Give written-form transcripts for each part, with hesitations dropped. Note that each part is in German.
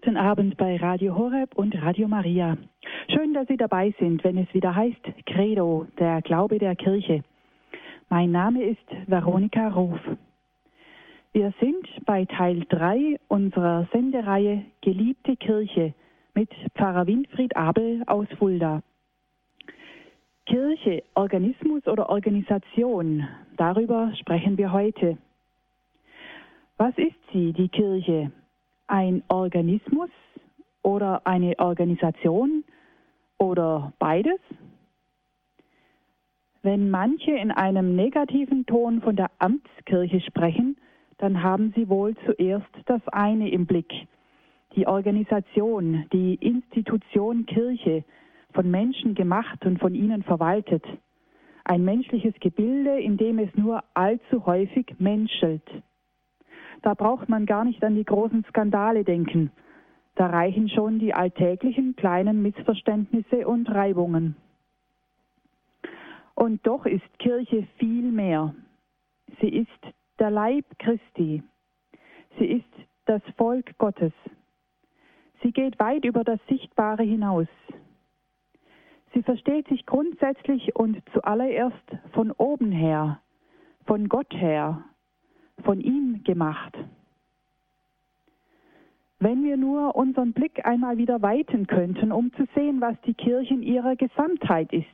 Guten Abend bei Radio Horeb und Radio Maria. Schön, dass Sie dabei sind, wenn es wieder heißt Credo, der Glaube der Kirche. Mein Name ist Veronika Ruf. Wir sind bei Teil 3 unserer Sendereihe Geliebte Kirche mit Pfarrer Winfried Abel aus Fulda. Kirche, Organismus oder Organisation, darüber sprechen wir heute. Was ist sie, die Kirche? Ein Organismus oder eine Organisation oder beides? Wenn manche in einem negativen Ton von der Amtskirche sprechen, dann haben sie wohl zuerst das eine im Blick. Die Organisation, die Institution Kirche, von Menschen gemacht und von ihnen verwaltet. Ein menschliches Gebilde, in dem es nur allzu häufig menschelt. Da braucht man gar nicht an die großen Skandale denken. Da reichen schon die alltäglichen kleinen Missverständnisse und Reibungen. Und doch ist Kirche viel mehr. Sie ist der Leib Christi. Sie ist das Volk Gottes. Sie geht weit über das Sichtbare hinaus. Sie versteht sich grundsätzlich und zuallererst von oben her, von Gott her, von ihm gemacht. Wenn wir nur unseren Blick einmal wieder weiten könnten, um zu sehen, was die Kirche in ihrer Gesamtheit ist.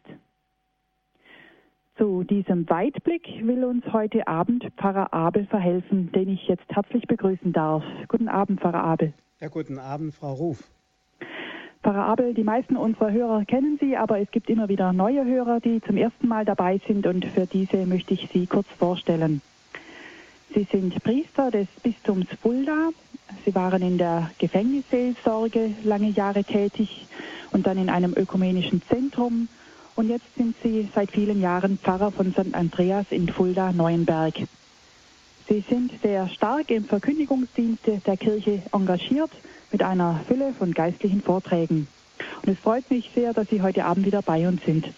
Zu diesem Weitblick will uns heute Abend Pfarrer Abel verhelfen, den ich jetzt herzlich begrüßen darf. Guten Abend, Pfarrer Abel. Ja, guten Abend, Frau Ruf. Pfarrer Abel, die meisten unserer Hörer kennen Sie, aber es gibt immer wieder neue Hörer, die zum ersten Mal dabei sind, und für diese möchte ich Sie kurz vorstellen. Sie sind Priester des Bistums Fulda. Sie waren in der Gefängnisseelsorge lange Jahre tätig und dann in einem ökumenischen Zentrum. Und jetzt sind Sie seit vielen Jahren Pfarrer von St. Andreas in Fulda-Neuenberg. Sie sind sehr stark im Verkündigungsdienst der Kirche engagiert, mit einer Fülle von geistlichen Vorträgen. Und es freut mich sehr, dass Sie heute Abend wieder bei uns sind.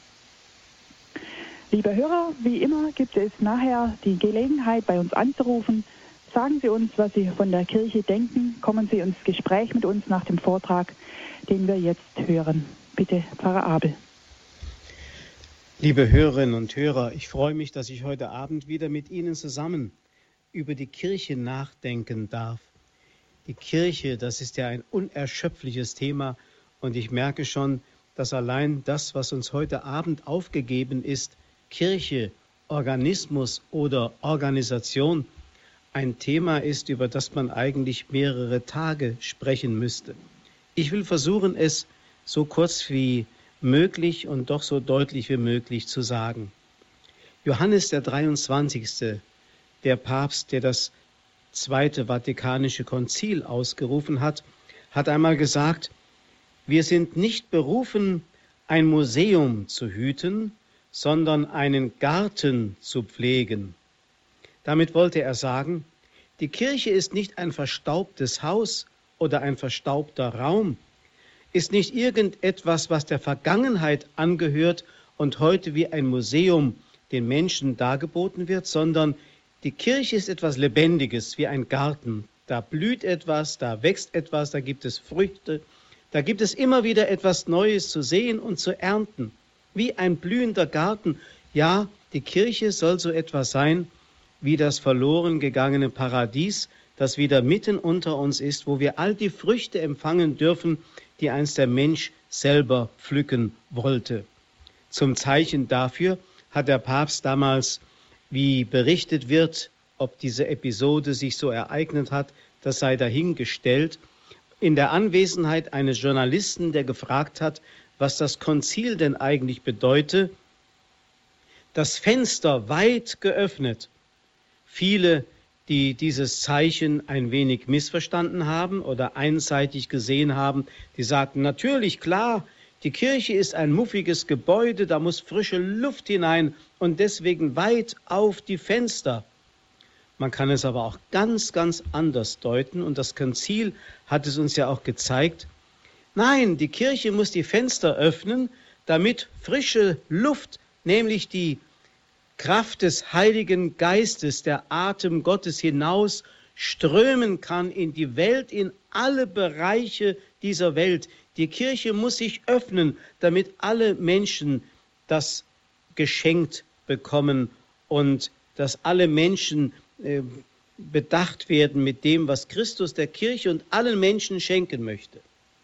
Liebe Hörer, wie immer gibt es nachher die Gelegenheit, bei uns anzurufen. Sagen Sie uns, was Sie von der Kirche denken. Kommen Sie ins Gespräch mit uns nach dem Vortrag, den wir jetzt hören. Bitte, Pfarrer Abel. Liebe Hörerinnen und Hörer, ich freue mich, dass ich heute Abend wieder mit Ihnen zusammen über die Kirche nachdenken darf. Die Kirche, das ist ja ein unerschöpfliches Thema, und ich merke schon, dass allein das, was uns heute Abend aufgegeben ist, Kirche, Organismus oder Organisation, ein Thema ist, über das man eigentlich mehrere Tage sprechen müsste. Ich will versuchen, es so kurz wie möglich und doch so deutlich wie möglich zu sagen. Johannes der 23., der Papst, der das Zweite Vatikanische Konzil ausgerufen hat, hat einmal gesagt, wir sind nicht berufen, ein Museum zu hüten, sondern einen Garten zu pflegen. Damit wollte er sagen, die Kirche ist nicht ein verstaubtes Haus oder ein verstaubter Raum, ist nicht irgendetwas, was der Vergangenheit angehört und heute wie ein Museum den Menschen dargeboten wird, sondern die Kirche ist etwas Lebendiges, wie ein Garten. Da blüht etwas, da wächst etwas, da gibt es Früchte, da gibt es immer wieder etwas Neues zu sehen und zu ernten. Wie ein blühender Garten. Ja, die Kirche soll so etwas sein, wie das verloren gegangene Paradies, das wieder mitten unter uns ist, wo wir all die Früchte empfangen dürfen, die einst der Mensch selber pflücken wollte. Zum Zeichen dafür hat der Papst damals, wie berichtet wird, ob diese Episode sich so ereignet hat, das sei dahingestellt, in der Anwesenheit eines Journalisten, der gefragt hat, was das Konzil denn eigentlich bedeute, das Fenster weit geöffnet. Viele, die dieses Zeichen ein wenig missverstanden haben oder einseitig gesehen haben, die sagten, natürlich, klar, die Kirche ist ein muffiges Gebäude, da muss frische Luft hinein und deswegen weit auf die Fenster. Man kann es aber auch ganz, ganz anders deuten, und das Konzil hat es uns ja auch gezeigt. Nein, die Kirche muss die Fenster öffnen, damit frische Luft, nämlich die Kraft des Heiligen Geistes, der Atem Gottes hinaus strömen kann in die Welt, in alle Bereiche dieser Welt. Die Kirche muss sich öffnen, damit alle Menschen das geschenkt bekommen und dass alle Menschen bedacht werden mit dem, was Christus der Kirche und allen Menschen schenken möchte.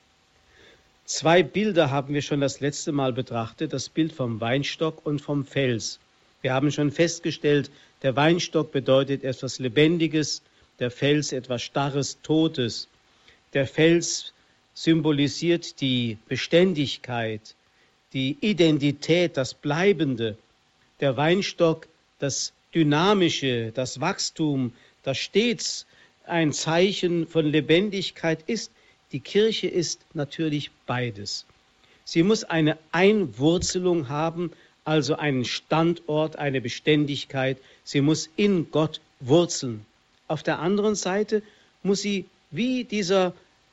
2 Bilder haben wir schon das letzte Mal betrachtet, das Bild vom Weinstock und vom Fels. Wir haben schon festgestellt, der Weinstock bedeutet etwas Lebendiges, der Fels etwas Starres, Totes. Der Fels symbolisiert die Beständigkeit, die Identität, das Bleibende. Der Weinstock das Dynamische, das Wachstum, das stets ein Zeichen von Lebendigkeit ist. Die Kirche ist natürlich beides. Sie muss eine Einwurzelung haben, also einen Standort, eine Beständigkeit. Sie muss in Gott wurzeln. Auf der anderen Seite muss sie wie dieser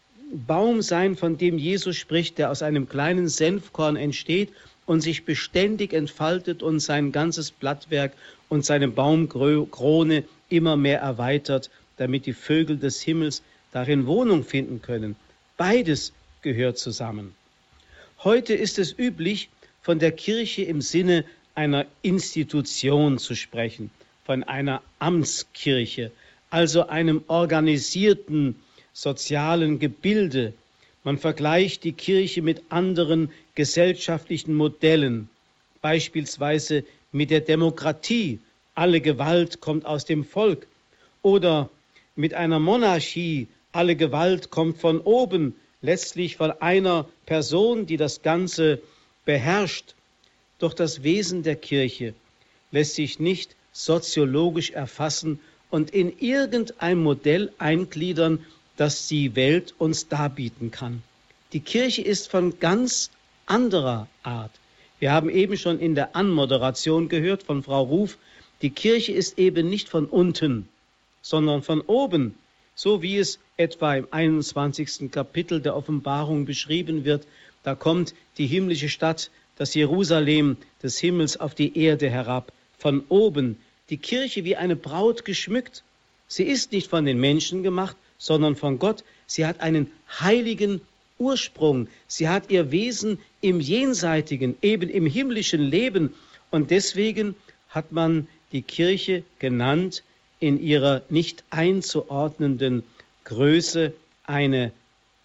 Baum sein, von dem Jesus spricht, der aus einem kleinen Senfkorn entsteht und sich beständig entfaltet und sein ganzes Blattwerk und seine Baumkrone immer mehr erweitert, damit die Vögel des Himmels darin Wohnung finden können. Beides gehört zusammen. Heute ist es üblich, von der Kirche im Sinne einer Institution zu sprechen, von einer Amtskirche, also einem organisierten sozialen Gebilde. Man vergleicht die Kirche mit anderen gesellschaftlichen Modellen, beispielsweise mit der Demokratie, alle Gewalt kommt aus dem Volk, oder mit einer Monarchie, alle Gewalt kommt von oben, letztlich von einer Person, die das Ganze beherrscht. Doch das Wesen der Kirche lässt sich nicht soziologisch erfassen und in irgendein Modell eingliedern, das die Welt uns darbieten kann. Die Kirche ist von ganz anderer Art. Wir haben eben schon in der Anmoderation gehört von Frau Ruf, die Kirche ist eben nicht von unten, sondern von oben, so wie es etwa im 21. Kapitel der Offenbarung beschrieben wird. Da kommt die himmlische Stadt, das Jerusalem des Himmels auf die Erde herab, von oben. Die Kirche wie eine Braut geschmückt. Sie ist nicht von den Menschen gemacht, sondern von Gott. Sie hat einen heiligen Ursprung. Sie hat ihr Wesen im jenseitigen, eben im himmlischen Leben. Und deswegen hat man die Kirche genannt, in ihrer nicht einzuordnenden Größe eine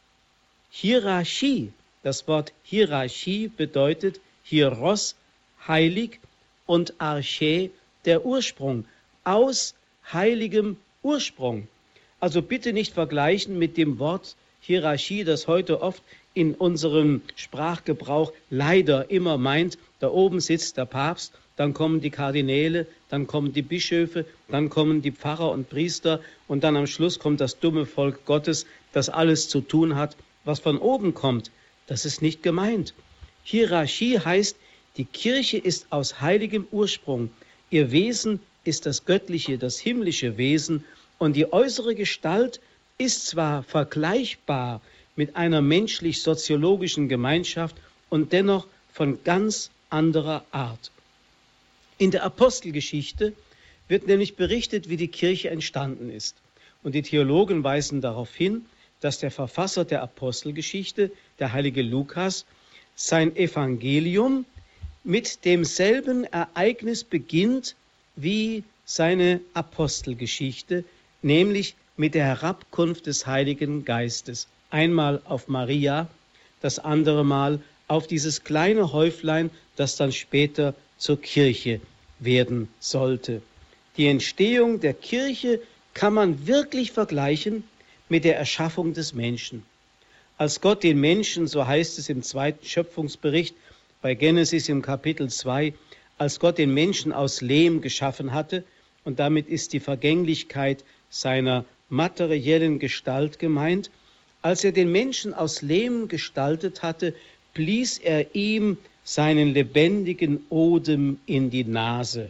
Hierarchie. Das Wort Hierarchie bedeutet Hieros, heilig, und Arche, der Ursprung, aus heiligem Ursprung. Also bitte nicht vergleichen mit dem Wort Hierarchie, das heute oft in unserem Sprachgebrauch leider immer meint, da oben sitzt der Papst, dann kommen die Kardinäle, dann kommen die Bischöfe, dann kommen die Pfarrer und Priester und dann am Schluss kommt das dumme Volk Gottes, das alles zu tun hat, was von oben kommt. Das ist nicht gemeint. Hierarchie heißt, die Kirche ist aus heiligem Ursprung. Ihr Wesen ist das göttliche, das himmlische Wesen und die äußere Gestalt ist zwar vergleichbar mit einer menschlich-soziologischen Gemeinschaft und dennoch von ganz anderer Art. In der Apostelgeschichte wird nämlich berichtet, wie die Kirche entstanden ist. Und die Theologen weisen darauf hin, dass der Verfasser der Apostelgeschichte, der heilige Lukas, sein Evangelium mit demselben Ereignis beginnt wie seine Apostelgeschichte, nämlich mit der Herabkunft des Heiligen Geistes. Einmal auf Maria, das andere Mal auf dieses kleine Häuflein, das dann später zur Kirche werden sollte. Die Entstehung der Kirche kann man wirklich vergleichen mit der Erschaffung des Menschen. Als Gott den Menschen, so heißt es im 2. Schöpfungsbericht bei Genesis im Kapitel 2, als Gott den Menschen aus Lehm geschaffen hatte, und damit ist die Vergänglichkeit seiner materiellen Gestalt gemeint, als er den Menschen aus Lehm gestaltet hatte, blies er ihm seinen lebendigen Odem in die Nase.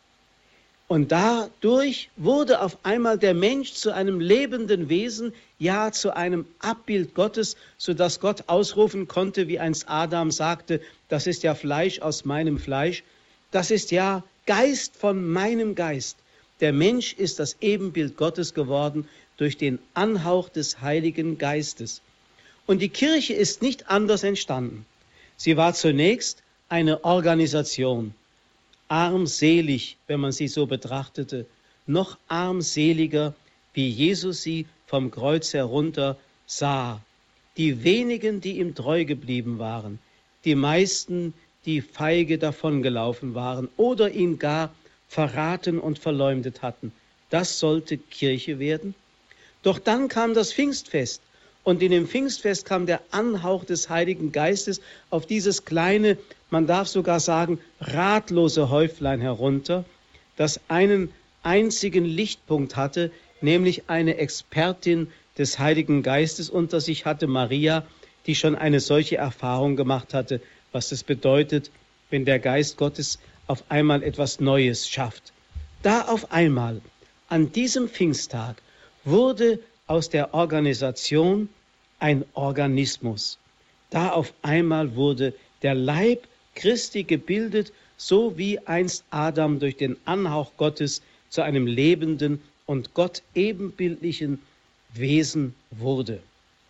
Und dadurch wurde auf einmal der Mensch zu einem lebenden Wesen, ja zu einem Abbild Gottes, sodass Gott ausrufen konnte, wie einst Adam sagte, das ist ja Fleisch aus meinem Fleisch, das ist ja Geist von meinem Geist. Der Mensch ist das Ebenbild Gottes geworden durch den Anhauch des Heiligen Geistes. Und die Kirche ist nicht anders entstanden. Sie war zunächst eine Organisation, armselig, wenn man sie so betrachtete, noch armseliger, wie Jesus sie vom Kreuz herunter sah. Die wenigen, die ihm treu geblieben waren, die meisten, die feige davongelaufen waren oder ihn gar verraten und verleumdet hatten. Das sollte Kirche werden. Doch dann kam das Pfingstfest und in dem Pfingstfest kam der Anhauch des Heiligen Geistes auf dieses kleine, man darf sogar sagen, ratlose Häuflein herunter, das einen einzigen Lichtpunkt hatte, nämlich eine Expertin des Heiligen Geistes unter sich hatte, Maria, die schon eine solche Erfahrung gemacht hatte, was es bedeutet, wenn der Geist Gottes auf einmal etwas Neues schafft. Da auf einmal, an diesem Pfingsttag, wurde aus der Organisation ein Organismus. Da auf einmal wurde der Leib Christi gebildet, so wie einst Adam durch den Anhauch Gottes zu einem lebenden und Gott ebenbildlichen Wesen wurde.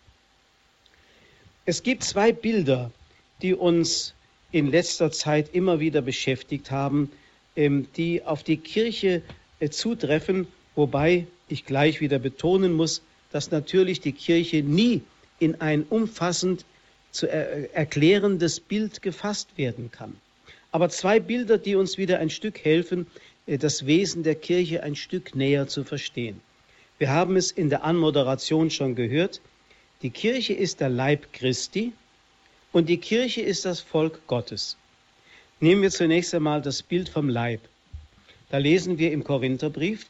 Es gibt zwei Bilder, die uns in letzter Zeit immer wieder beschäftigt haben, die auf die Kirche zutreffen, wobei ich gleich wieder betonen muss, dass natürlich die Kirche nie in ein umfassend zu erklärendes Bild gefasst werden kann. Aber zwei Bilder, die uns wieder ein Stück helfen, das Wesen der Kirche ein Stück näher zu verstehen. Wir haben es in der Anmoderation schon gehört, die Kirche ist der Leib Christi und die Kirche ist das Volk Gottes. Nehmen wir zunächst einmal das Bild vom Leib. Da lesen wir im Korintherbrief,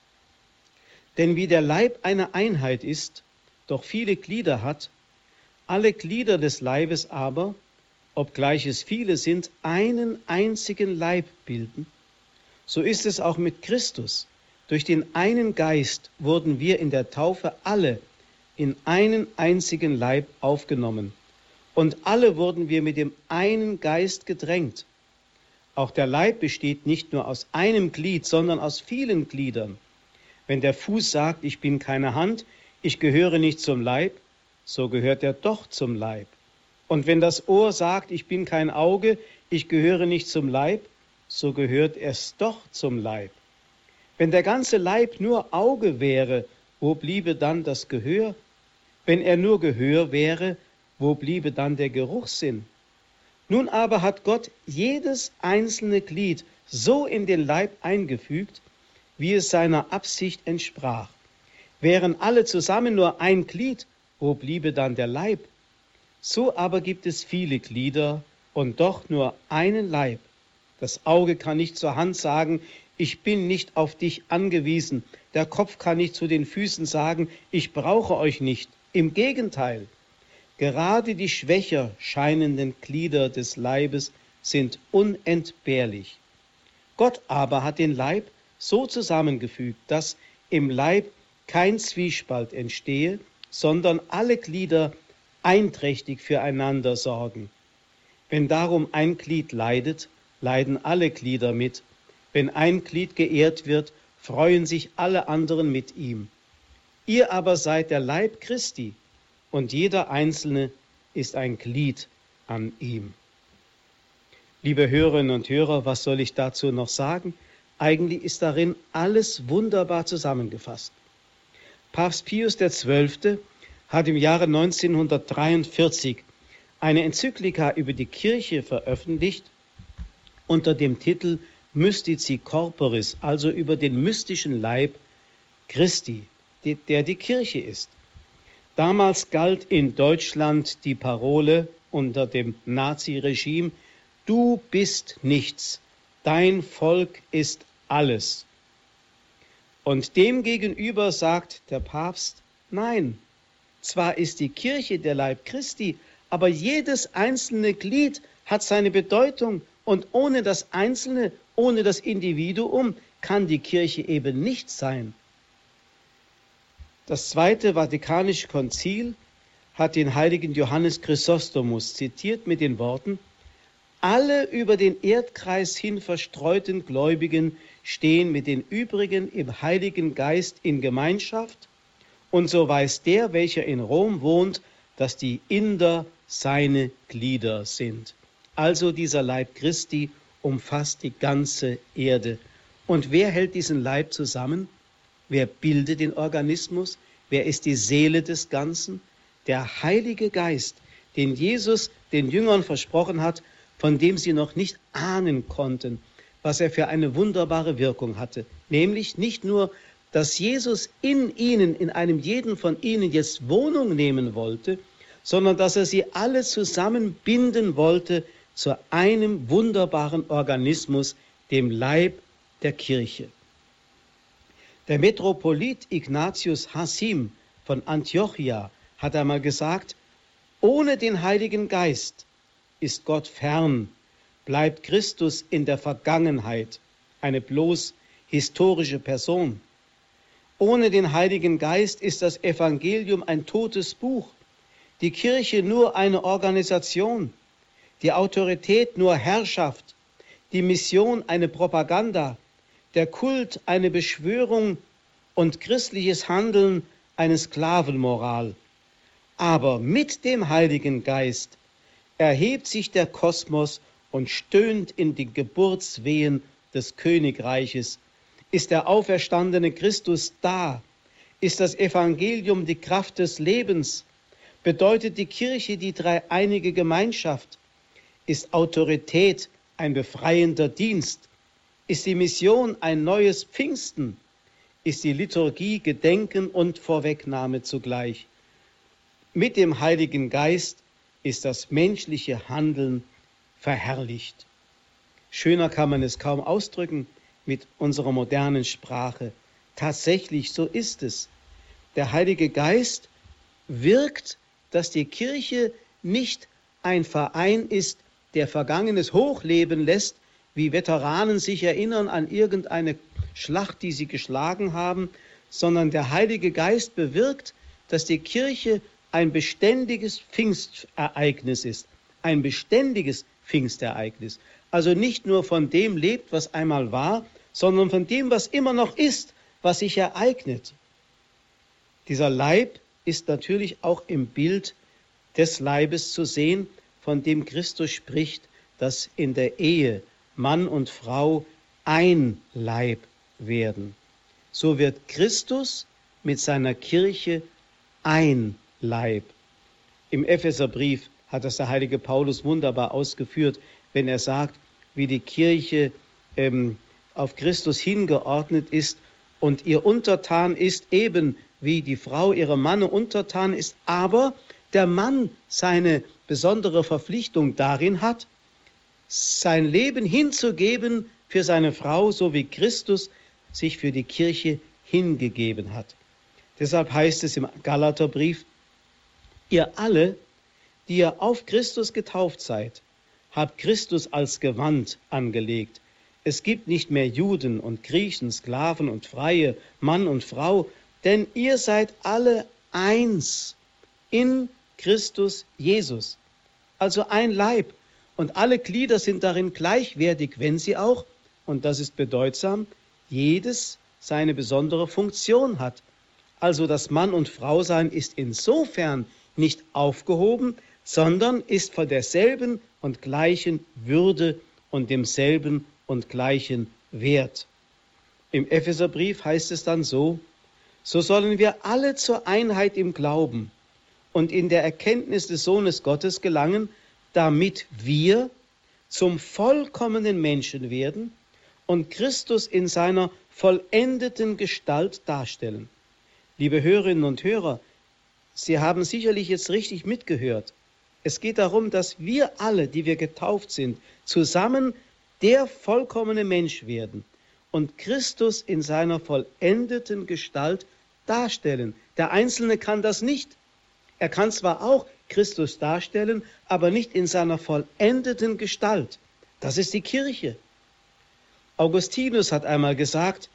denn wie der Leib eine Einheit ist, doch viele Glieder hat, alle Glieder des Leibes aber, obgleich es viele sind, einen einzigen Leib bilden, so ist es auch mit Christus. Durch den einen Geist wurden wir in der Taufe alle in einen einzigen Leib aufgenommen. Und alle wurden wir mit dem einen Geist gedrängt. Auch der Leib besteht nicht nur aus einem Glied, sondern aus vielen Gliedern. Wenn der Fuß sagt, ich bin keine Hand, ich gehöre nicht zum Leib, so gehört er doch zum Leib. Und wenn das Ohr sagt, ich bin kein Auge, ich gehöre nicht zum Leib, so gehört es doch zum Leib. Wenn der ganze Leib nur Auge wäre, wo bliebe dann das Gehör? Wenn er nur Gehör wäre, wo bliebe dann der Geruchssinn? Nun aber hat Gott jedes einzelne Glied so in den Leib eingefügt, wie es seiner Absicht entsprach. Wären alle zusammen nur ein Glied, wo bliebe dann der Leib? So aber gibt es viele Glieder und doch nur einen Leib. Das Auge kann nicht zur Hand sagen, ich bin nicht auf dich angewiesen. Der Kopf kann nicht zu den Füßen sagen, ich brauche euch nicht. Im Gegenteil, gerade die schwächer scheinenden Glieder des Leibes sind unentbehrlich. Gott aber hat den Leib so zusammengefügt, dass im Leib kein Zwiespalt entstehe, sondern alle Glieder einträchtig füreinander sorgen. Wenn darum ein Glied leidet, leiden alle Glieder mit. Wenn ein Glied geehrt wird, freuen sich alle anderen mit ihm. Ihr aber seid der Leib Christi und jeder Einzelne ist ein Glied an ihm. Liebe Hörerinnen und Hörer, was soll ich dazu noch sagen? Eigentlich ist darin alles wunderbar zusammengefasst. Papst Pius XII. Hat im Jahre 1943 eine Enzyklika über die Kirche veröffentlicht unter dem Titel Mystici Corporis, also über den mystischen Leib Christi, der die Kirche ist. Damals galt in Deutschland die Parole unter dem Naziregime, du bist nichts, dein Volk ist alles. Und demgegenüber sagt der Papst, nein, zwar ist die Kirche der Leib Christi, aber jedes einzelne Glied hat seine Bedeutung und ohne das Einzelne, ohne das Individuum kann die Kirche eben nicht sein. Das Zweite Vatikanische Konzil hat den heiligen Johannes Chrysostomus zitiert mit den Worten, alle über den Erdkreis hin verstreuten Gläubigen stehen mit den übrigen im Heiligen Geist in Gemeinschaft, und so weiß der, welcher in Rom wohnt, dass die Inder seine Glieder sind. Also dieser Leib Christi umfasst die ganze Erde. Und wer hält diesen Leib zusammen? Wer bildet den Organismus? Wer ist die Seele des Ganzen? Der Heilige Geist, den Jesus den Jüngern versprochen hat, von dem sie noch nicht ahnen konnten, was er für eine wunderbare Wirkung hatte. Nämlich nicht nur, dass Jesus in ihnen, in einem jeden von ihnen jetzt Wohnung nehmen wollte, sondern dass er sie alle zusammenbinden wollte zu einem wunderbaren Organismus, dem Leib der Kirche. Der Metropolit Ignatius Hassim von Antiochia hat einmal gesagt, ohne den Heiligen Geist ist Gott fern, bleibt Christus in der Vergangenheit, eine bloß historische Person. Ohne den Heiligen Geist ist das Evangelium ein totes Buch, die Kirche nur eine Organisation, die Autorität nur Herrschaft, die Mission eine Propaganda, der Kult eine Beschwörung und christliches Handeln eine Sklavenmoral. Aber mit dem Heiligen Geist erhebt sich der Kosmos und stöhnt in die Geburtswehen des Königreiches. Ist der auferstandene Christus da? Ist das Evangelium die Kraft des Lebens? Bedeutet die Kirche die dreieinige Gemeinschaft? Ist Autorität ein befreiender Dienst? Ist die Mission ein neues Pfingsten? Ist die Liturgie Gedenken und Vorwegnahme zugleich? Mit dem Heiligen Geist ist das menschliche Handeln verherrlicht. Schöner kann man es kaum ausdrücken mit unserer modernen Sprache. Tatsächlich, so ist es. Der Heilige Geist wirkt, dass die Kirche nicht ein Verein ist, der Vergangenes hochleben lässt, wie Veteranen sich erinnern an irgendeine Schlacht, die sie geschlagen haben, sondern der Heilige Geist bewirkt, dass die Kirche ein beständiges Pfingstereignis ist. Ein beständiges Pfingstereignis. Also nicht nur von dem lebt, was einmal war, sondern von dem, was immer noch ist, was sich ereignet. Dieser Leib ist natürlich auch im Bild des Leibes zu sehen, von dem Christus spricht, dass in der Ehe Mann und Frau ein Leib werden. So wird Christus mit seiner Kirche ein Leib. Im Epheserbrief hat das der heilige Paulus wunderbar ausgeführt, wenn er sagt, wie die Kirche auf Christus hingeordnet ist und ihr untertan ist, eben wie die Frau ihrem Manne untertan ist, aber der Mann seine besondere Verpflichtung darin hat, sein Leben hinzugeben für seine Frau, so wie Christus sich für die Kirche hingegeben hat. Deshalb heißt es im Galaterbrief, ihr alle, die ihr auf Christus getauft seid, habt Christus als Gewand angelegt. Es gibt nicht mehr Juden und Griechen, Sklaven und Freie, Mann und Frau, denn ihr seid alle eins in Christus Jesus. Also ein Leib. Und alle Glieder sind darin gleichwertig, wenn sie auch, und das ist bedeutsam, jedes seine besondere Funktion hat. Also das Mann- und Frausein ist insofern nicht aufgehoben, sondern ist von derselben und gleichen Würde und demselben und gleichen Wert. Im Epheserbrief heißt es dann so, so sollen wir alle zur Einheit im Glauben und in der Erkenntnis des Sohnes Gottes gelangen, damit wir zum vollkommenen Menschen werden und Christus in seiner vollendeten Gestalt darstellen. Liebe Hörerinnen und Hörer, Sie haben sicherlich jetzt richtig mitgehört. Es geht darum, dass wir alle, die wir getauft sind, zusammen der vollkommene Mensch werden und Christus in seiner vollendeten Gestalt darstellen. Der Einzelne kann das nicht. Er kann zwar auch Christus darstellen, aber nicht in seiner vollendeten Gestalt. Das ist die Kirche. Augustinus hat einmal gesagt,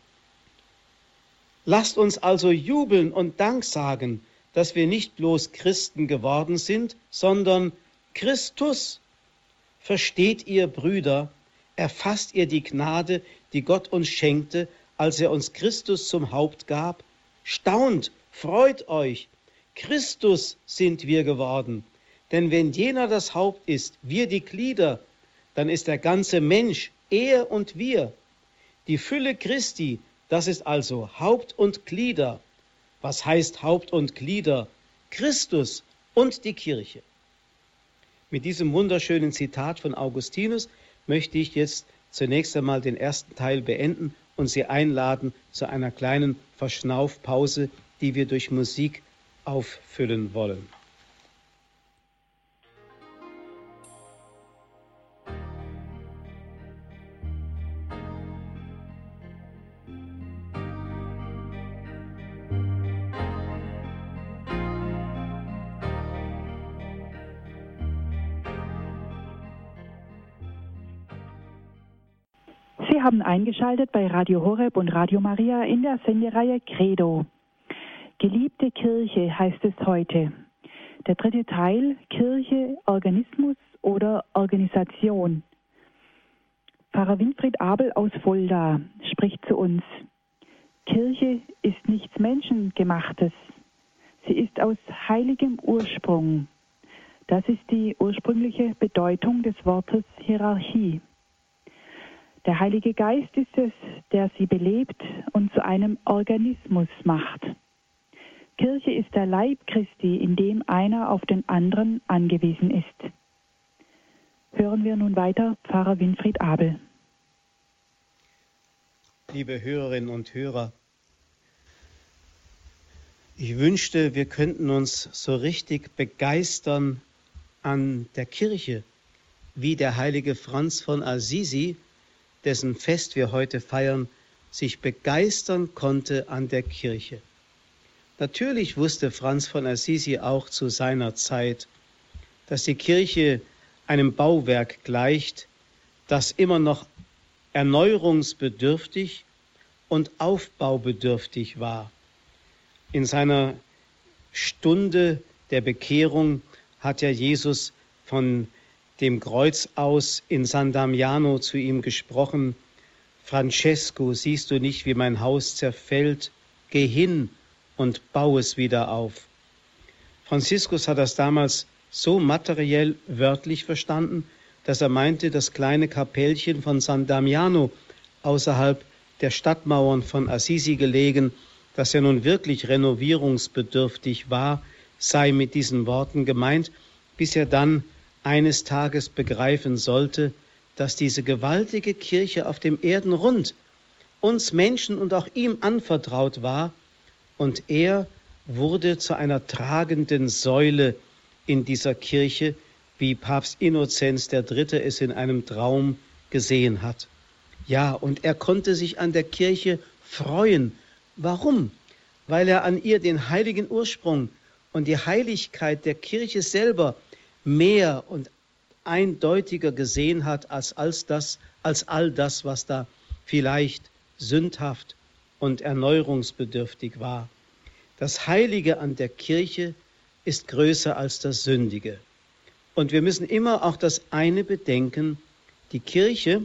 lasst uns also jubeln und Dank sagen, dass wir nicht bloß Christen geworden sind, sondern Christus Versteht ihr, Brüder, erfasst ihr die Gnade, die Gott uns schenkte, als er uns Christus zum Haupt gab? Staunt, freut euch, Christus sind wir geworden. Denn wenn jener das Haupt ist, wir die Glieder, dann ist der ganze Mensch, er und wir. Die Fülle Christi, das ist also Haupt und Glieder. Was heißt Haupt und Glieder? Christus und die Kirche. Mit diesem wunderschönen Zitat von Augustinus möchte ich jetzt zunächst einmal den ersten Teil beenden und Sie einladen zu einer kleinen Verschnaufpause, die wir durch Musik auffüllen wollen. Sie haben eingeschaltet bei Radio Horeb und Radio Maria in der Sendereihe Credo. Geliebte Kirche heißt es heute. Der dritte Teil, Kirche, Organismus oder Organisation. Pfarrer Winfried Abel aus Fulda spricht zu uns. Kirche ist nichts Menschengemachtes. Sie ist aus heiligem Ursprung. Das ist die ursprüngliche Bedeutung des Wortes Hierarchie. Der Heilige Geist ist es, der sie belebt und zu einem Organismus macht. Kirche ist der Leib Christi, in dem einer auf den anderen angewiesen ist. Hören wir nun weiter Pfarrer Winfried Abel. Liebe Hörerinnen und Hörer, ich wünschte, wir könnten uns so richtig begeistern an der Kirche, wie der heilige Franz von Assisi, dessen Fest wir heute feiern, sich begeistern konnte an der Kirche. Natürlich wusste Franz von Assisi auch zu seiner Zeit, dass die Kirche einem Bauwerk gleicht, das immer noch erneuerungsbedürftig und aufbaubedürftig war. In seiner Stunde der Bekehrung hat ja Jesus von dem Kreuz aus in San Damiano zu ihm gesprochen: Francesco, siehst du nicht, wie mein Haus zerfällt? Geh hin und bau es wieder auf. Franziskus hat das damals so materiell wörtlich verstanden, dass er meinte, das kleine Kapellchen von San Damiano außerhalb der Stadtmauern von Assisi gelegen, das ja nun wirklich renovierungsbedürftig war, sei mit diesen Worten gemeint, bis er dann eines Tages begreifen sollte, dass diese gewaltige Kirche auf dem Erdenrund uns Menschen und auch ihm anvertraut war, und er wurde zu einer tragenden Säule in dieser Kirche, wie Papst Innozenz III. Es in einem Traum gesehen hat. Ja, und er konnte sich an der Kirche freuen. Warum? Weil er an ihr den heiligen Ursprung und die Heiligkeit der Kirche selber mehr und eindeutiger gesehen hat als all das, was da vielleicht sündhaft und erneuerungsbedürftig war. Das Heilige an der Kirche ist größer als das Sündige. Und wir müssen immer auch das eine bedenken: die Kirche,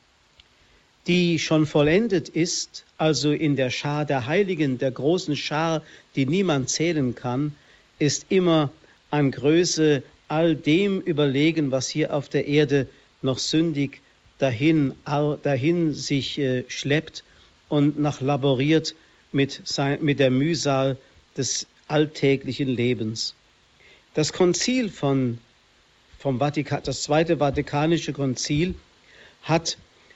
die schon vollendet ist, also in der Schar der Heiligen, der großen Schar, die niemand zählen kann, ist immer an Größe all dem überlegen, was hier auf der Erde noch sündig dahin sich schleppt und noch laboriert mit der Mühsal des alltäglichen Lebens. Das Konzil das Zweite Vatikanische Konzil hat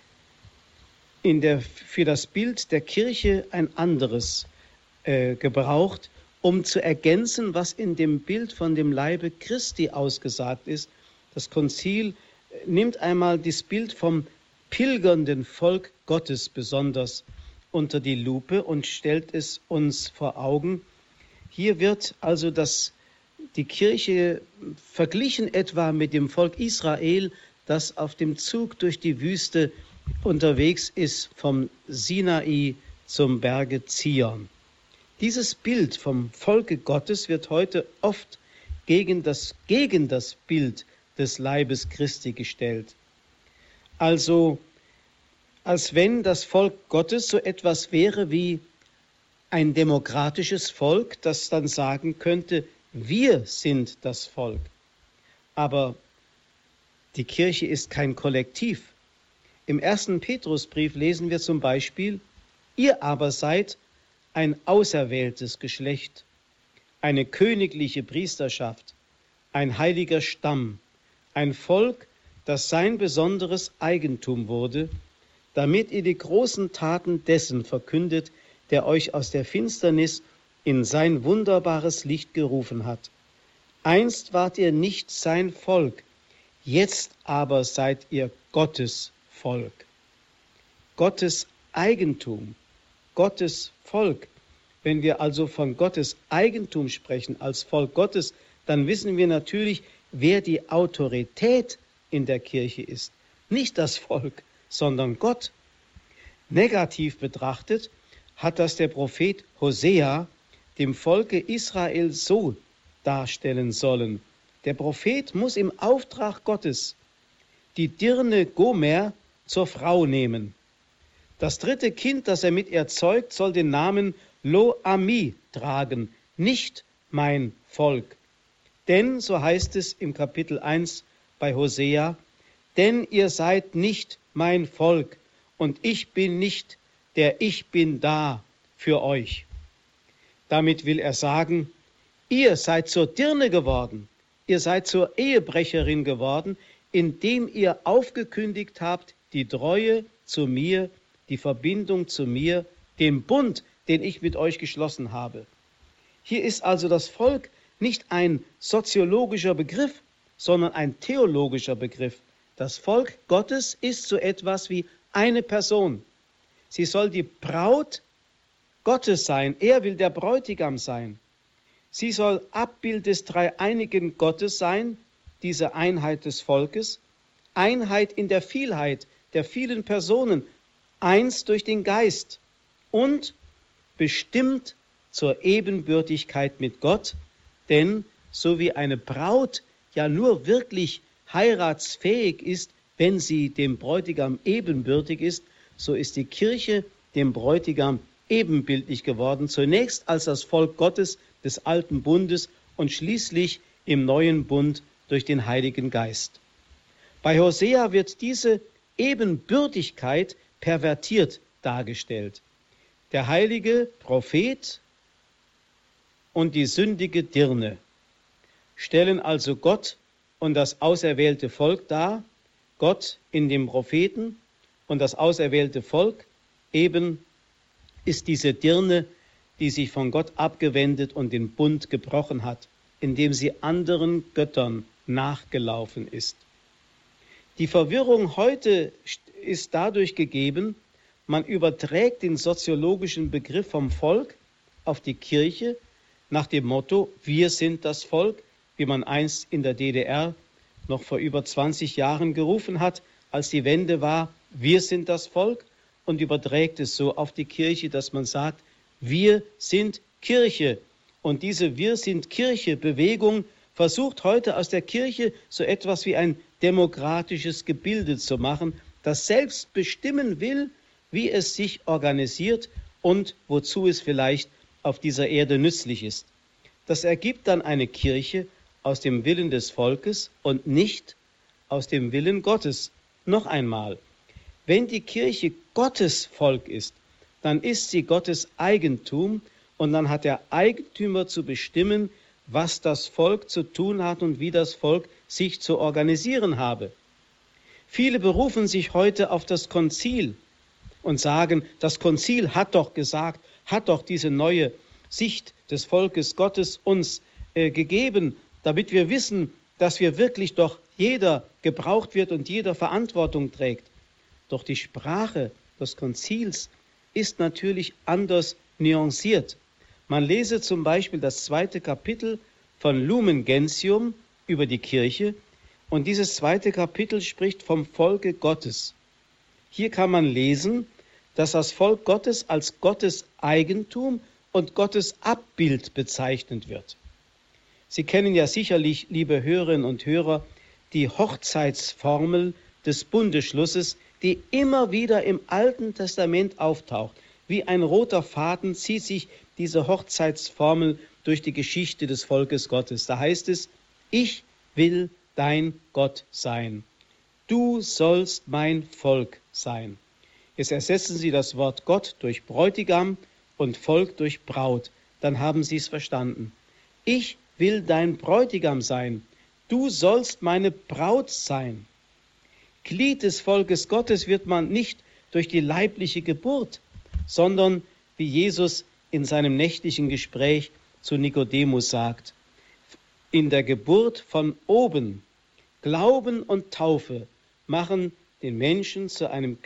für das Bild der Kirche ein anderes gebraucht, um zu ergänzen, was in dem Bild von dem Leibe Christi ausgesagt ist. Das Konzil nimmt einmal das Bild vom pilgernden Volk Gottes besonders unter die Lupe und stellt es uns vor Augen. Hier wird also die Kirche verglichen etwa mit dem Volk Israel, das auf dem Zug durch die Wüste unterwegs ist, vom Sinai zum Berge Zion. Dieses Bild vom Volke Gottes wird heute oft gegen das Bild des Leibes Christi gestellt. Also, als wenn das Volk Gottes so etwas wäre wie ein demokratisches Volk, das dann sagen könnte, wir sind das Volk. Aber die Kirche ist kein Kollektiv. Im 1. Petrusbrief lesen wir zum Beispiel, ihr aber seid ein auserwähltes Geschlecht, eine königliche Priesterschaft, ein heiliger Stamm, ein Volk, das sein besonderes Eigentum wurde, damit ihr die großen Taten dessen verkündet, der euch aus der Finsternis in sein wunderbares Licht gerufen hat. Einst wart ihr nicht sein Volk, jetzt aber seid ihr Gottes Volk. Gottes Eigentum, Gottes Volk. Wenn wir also von Gottes Eigentum sprechen als Volk Gottes, dann wissen wir natürlich, wer die Autorität in der Kirche ist. Nicht das Volk, sondern Gott. Negativ betrachtet hat das der Prophet Hosea dem Volke Israel so darstellen sollen. Der Prophet muss im Auftrag Gottes die Dirne Gomer zur Frau nehmen. Das dritte Kind, das er mit ihr zeugt, soll den Namen Lo-Ami tragen, nicht mein Volk. Denn, so heißt es im Kapitel 1 bei Hosea, denn ihr seid nicht mein Volk und ich bin nicht der Ich bin da für euch. Damit will er sagen, ihr seid zur Dirne geworden, ihr seid zur Ehebrecherin geworden, indem ihr aufgekündigt habt, die Treue zu mir, die Verbindung zu mir, den Bund, den ich mit euch geschlossen habe. Hier ist also das Volk nicht ein soziologischer Begriff, sondern ein theologischer Begriff. Das Volk Gottes ist so etwas wie eine Person. Sie soll die Braut Gottes sein. Er will der Bräutigam sein. Sie soll Abbild des dreieinigen Gottes sein, diese Einheit des Volkes. Einheit in der Vielheit der vielen Personen, eins durch den Geist und bestimmt zur Ebenbürtigkeit mit Gott, denn so wie eine Braut ja nur wirklich heiratsfähig ist, wenn sie dem Bräutigam ebenbürtig ist, so ist die Kirche dem Bräutigam ebenbildlich geworden, zunächst als das Volk Gottes des alten Bundes und schließlich im neuen Bund durch den Heiligen Geist. Bei Hosea wird diese Ebenbürtigkeit pervertiert dargestellt. Der heilige Prophet und die sündige Dirne stellen also Gott und das auserwählte Volk dar, Gott in dem Propheten und das auserwählte Volk eben ist diese Dirne, die sich von Gott abgewendet und den Bund gebrochen hat, indem sie anderen Göttern nachgelaufen ist. Die Verwirrung heute ist dadurch gegeben, man überträgt den soziologischen Begriff vom Volk auf die Kirche nach dem Motto, wir sind das Volk, wie man einst in der DDR noch vor über 20 Jahren gerufen hat, als die Wende war, wir sind das Volk, und überträgt es so auf die Kirche, dass man sagt, wir sind Kirche. Und diese Wir sind Kirche-Bewegung versucht heute aus der Kirche so etwas wie ein demokratisches Gebilde zu machen, das selbst bestimmen will, wie es sich organisiert und wozu es vielleicht auf dieser Erde nützlich ist. Das ergibt dann eine Kirche aus dem Willen des Volkes und nicht aus dem Willen Gottes. Noch einmal, wenn die Kirche Gottes Volk ist, dann ist sie Gottes Eigentum und dann hat der Eigentümer zu bestimmen, was das Volk zu tun hat und wie das Volk sich zu organisieren habe. Viele berufen sich heute auf das Konzil und sagen, das Konzil hat doch gesagt, hat doch diese neue Sicht des Volkes Gottes uns gegeben, damit wir wissen, dass wir wirklich doch jeder gebraucht wird und jeder Verantwortung trägt. Doch die Sprache des Konzils ist natürlich anders nuanciert. Man lese zum Beispiel das 2. Kapitel von Lumen Gentium über die Kirche und dieses 2. Kapitel spricht vom Volke Gottes. Hier kann man lesen, dass das Volk Gottes als Gottes Eigentum und Gottes Abbild bezeichnet wird. Sie kennen ja sicherlich, liebe Hörerinnen und Hörer, die Hochzeitsformel des Bundesschlusses, die immer wieder im Alten Testament auftaucht. Wie ein roter Faden zieht sich diese Hochzeitsformel durch die Geschichte des Volkes Gottes. Da heißt es, ich will dein Gott sein. Du sollst mein Volk sein. Jetzt ersetzen Sie das Wort Gott durch Bräutigam und Volk durch Braut. Dann haben Sie es verstanden. Ich will dein Bräutigam sein. Du sollst meine Braut sein. Glied des Volkes Gottes wird man nicht durch die leibliche Geburt, sondern wie Jesus in seinem nächtlichen Gespräch zu Nikodemus sagt, in der Geburt von oben, Glauben und Taufe machen den Menschen zu einem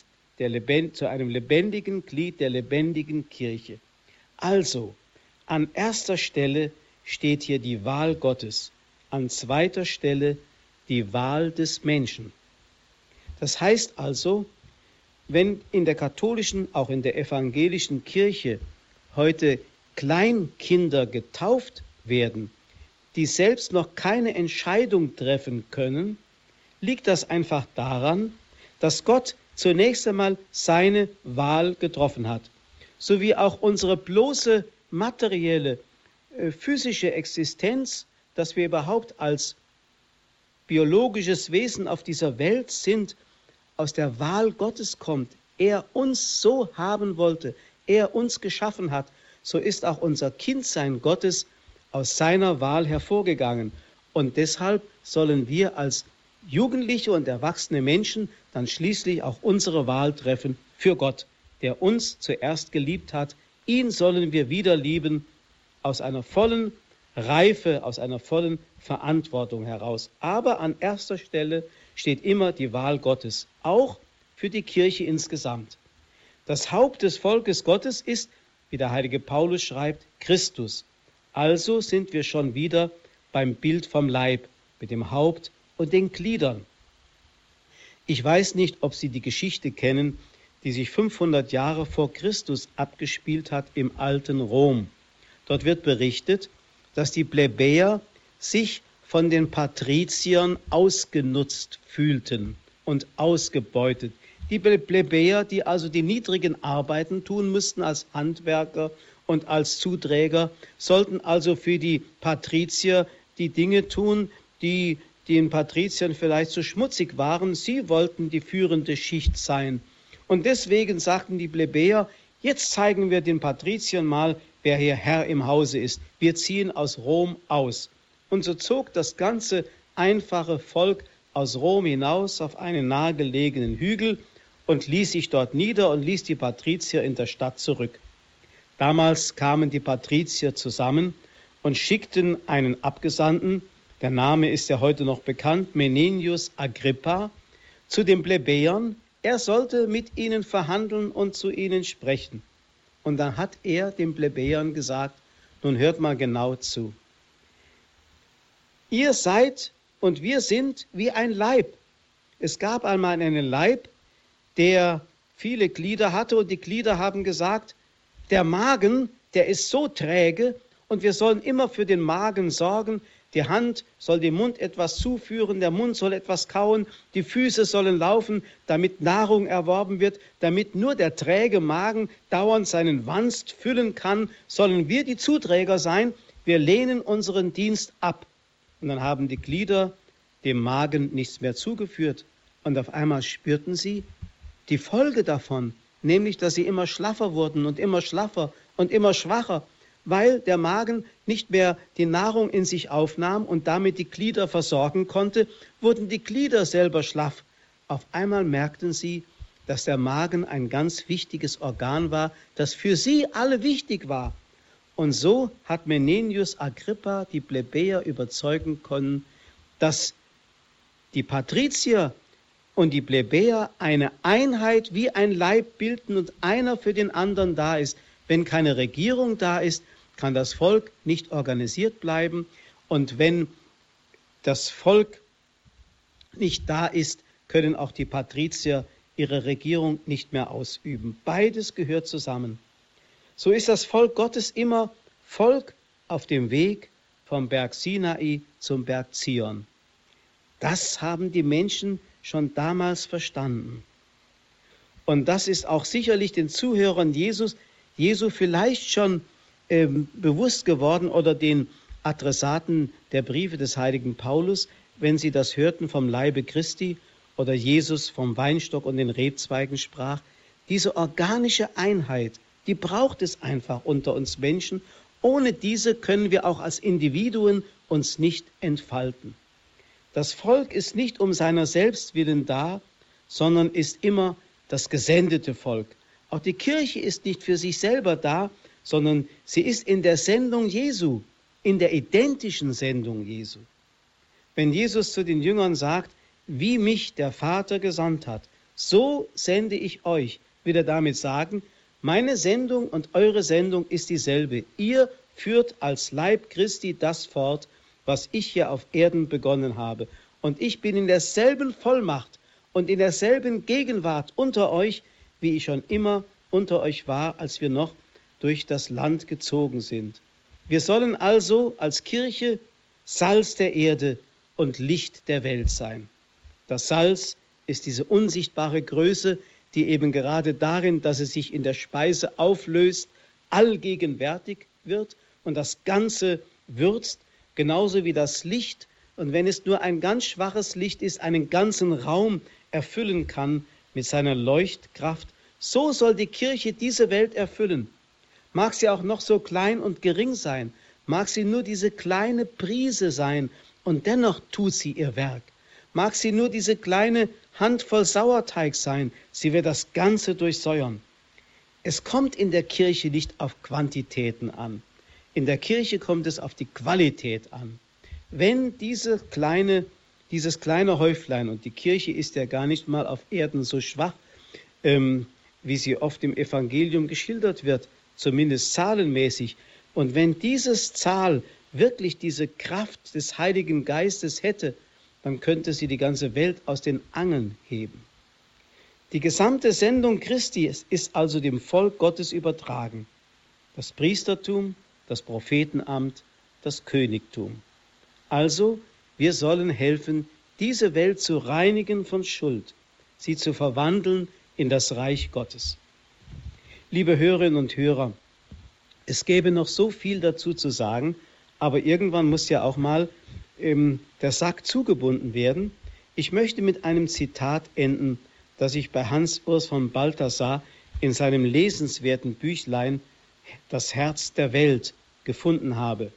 lebendigen Glied der lebendigen Kirche. Also, an erster Stelle steht hier die Wahl Gottes, an zweiter Stelle die Wahl des Menschen. Das heißt also, wenn in der katholischen, auch in der evangelischen Kirche heute Kleinkinder getauft werden, die selbst noch keine Entscheidung treffen können, liegt das einfach daran, dass Gott zunächst einmal seine Wahl getroffen hat. So wie auch unsere bloße materielle, physische Existenz, dass wir überhaupt als biologisches Wesen auf dieser Welt sind, aus der Wahl Gottes kommt. Er uns so haben wollte, er uns geschaffen hat, so ist auch unser Kindsein Gottes aus seiner Wahl hervorgegangen. Und deshalb sollen wir als jugendliche und erwachsene Menschen dann schließlich auch unsere Wahl treffen für Gott, der uns zuerst geliebt hat. Ihn sollen wir wieder lieben aus einer vollen Reife, aus einer vollen Verantwortung heraus. Aber an erster Stelle steht immer die Wahl Gottes, auch für die Kirche insgesamt. Das Haupt des Volkes Gottes ist, wie der heilige Paulus schreibt, Christus. Also sind wir schon wieder beim Bild vom Leib, mit dem Haupt und den Gliedern. Ich weiß nicht, ob Sie die Geschichte kennen, die sich 500 Jahre vor Christus abgespielt hat im alten Rom. Dort wird berichtet, dass die Plebejer sich von den Patriziern ausgenutzt fühlten und ausgebeutet. Die Plebejer, die also die niedrigen Arbeiten tun mussten als Handwerker und als Zuträger, sollten also für die Patrizier die Dinge tun, die den Patriziern vielleicht zu schmutzig waren. Sie wollten die führende Schicht sein. Und deswegen sagten die Plebejer, jetzt zeigen wir den Patriziern mal, wer hier Herr im Hause ist. Wir ziehen aus Rom aus. Und so zog das ganze einfache Volk aus Rom hinaus auf einen nahegelegenen Hügel und ließ sich dort nieder und ließ die Patrizier in der Stadt zurück. Damals kamen die Patrizier zusammen und schickten einen Abgesandten, der Name ist ja heute noch bekannt, Menenius Agrippa, zu den Plebejern. Er sollte mit ihnen verhandeln und zu ihnen sprechen. Und dann hat er den Plebejern gesagt, nun hört mal genau zu. Ihr seid und wir sind wie ein Leib. Es gab einmal einen Leib, der viele Glieder hatte und die Glieder haben gesagt, der Magen, der ist so träge und wir sollen immer für den Magen sorgen. Die Hand soll dem Mund etwas zuführen, der Mund soll etwas kauen, die Füße sollen laufen, damit Nahrung erworben wird, damit nur der träge Magen dauernd seinen Wanst füllen kann, sollen wir die Zuträger sein, wir lehnen unseren Dienst ab. Und dann haben die Glieder dem Magen nichts mehr zugeführt und auf einmal spürten sie die Folge davon, nämlich, dass sie immer schlaffer wurden und immer schlaffer und immer schwacher, weil der Magen nicht mehr die Nahrung in sich aufnahm und damit die Glieder versorgen konnte, wurden die Glieder selber schlaff. Auf einmal merkten sie, dass der Magen ein ganz wichtiges Organ war, das für sie alle wichtig war. Und so hat Menenius Agrippa die Plebejer überzeugen können, dass die Patrizier und die Plebejer eine Einheit wie ein Leib bilden und einer für den anderen da ist. Wenn keine Regierung da ist, kann das Volk nicht organisiert bleiben. Und wenn das Volk nicht da ist, können auch die Patrizier ihre Regierung nicht mehr ausüben. Beides gehört zusammen. So ist das Volk Gottes immer Volk auf dem Weg vom Berg Sinai zum Berg Zion. Das haben die Menschen schon damals verstanden. Und das ist auch sicherlich den Zuhörern Jesu vielleicht schon bewusst geworden oder den Adressaten der Briefe des heiligen Paulus, wenn sie das hörten vom Leibe Christi oder Jesus vom Weinstock und den Rebzweigen sprach. Diese organische Einheit, die braucht es einfach unter uns Menschen. Ohne diese können wir auch als Individuen uns nicht entfalten. Das Volk ist nicht um seiner selbst willen da, sondern ist immer das gesendete Volk. Auch die Kirche ist nicht für sich selber da, sondern sie ist in der Sendung Jesu, in der identischen Sendung Jesu. Wenn Jesus zu den Jüngern sagt, wie mich der Vater gesandt hat, so sende ich euch, will er damit sagen, meine Sendung und eure Sendung ist dieselbe. Ihr führt als Leib Christi das fort, was ich hier auf Erden begonnen habe. Und ich bin in derselben Vollmacht und in derselben Gegenwart unter euch, wie ich schon immer unter euch war, als wir noch durch das Land gezogen sind. Wir sollen also als Kirche Salz der Erde und Licht der Welt sein. Das Salz ist diese unsichtbare Größe, die eben gerade darin, dass es sich in der Speise auflöst, allgegenwärtig wird und das Ganze würzt, genauso wie das Licht. Und wenn es nur ein ganz schwaches Licht ist, einen ganzen Raum erfüllen kann mit seiner Leuchtkraft, so soll die Kirche diese Welt erfüllen. Mag sie auch noch so klein und gering sein, mag sie nur diese kleine Prise sein und dennoch tut sie ihr Werk. Mag sie nur diese kleine Handvoll Sauerteig sein, sie wird das Ganze durchsäuern. Es kommt in der Kirche nicht auf Quantitäten an. In der Kirche kommt es auf die Qualität an. Wenn dieses kleine Häuflein, und die Kirche ist ja gar nicht mal auf Erden so schwach, wie sie oft im Evangelium geschildert wird, zumindest zahlenmäßig, und wenn dieses Zahl wirklich diese Kraft des Heiligen Geistes hätte, dann könnte sie die ganze Welt aus den Angeln heben. Die gesamte Sendung Christi ist also dem Volk Gottes übertragen. Das Priestertum, das Prophetenamt, das Königtum. Also, wir sollen helfen, diese Welt zu reinigen von Schuld, sie zu verwandeln in das Reich Gottes. Liebe Hörerinnen und Hörer, es gäbe noch so viel dazu zu sagen, aber irgendwann muss ja auch mal der Sack zugebunden werden. Ich möchte mit einem Zitat enden, das ich bei Hans Urs von Balthasar in seinem lesenswerten Büchlein Das Herz der Welt gefunden habe.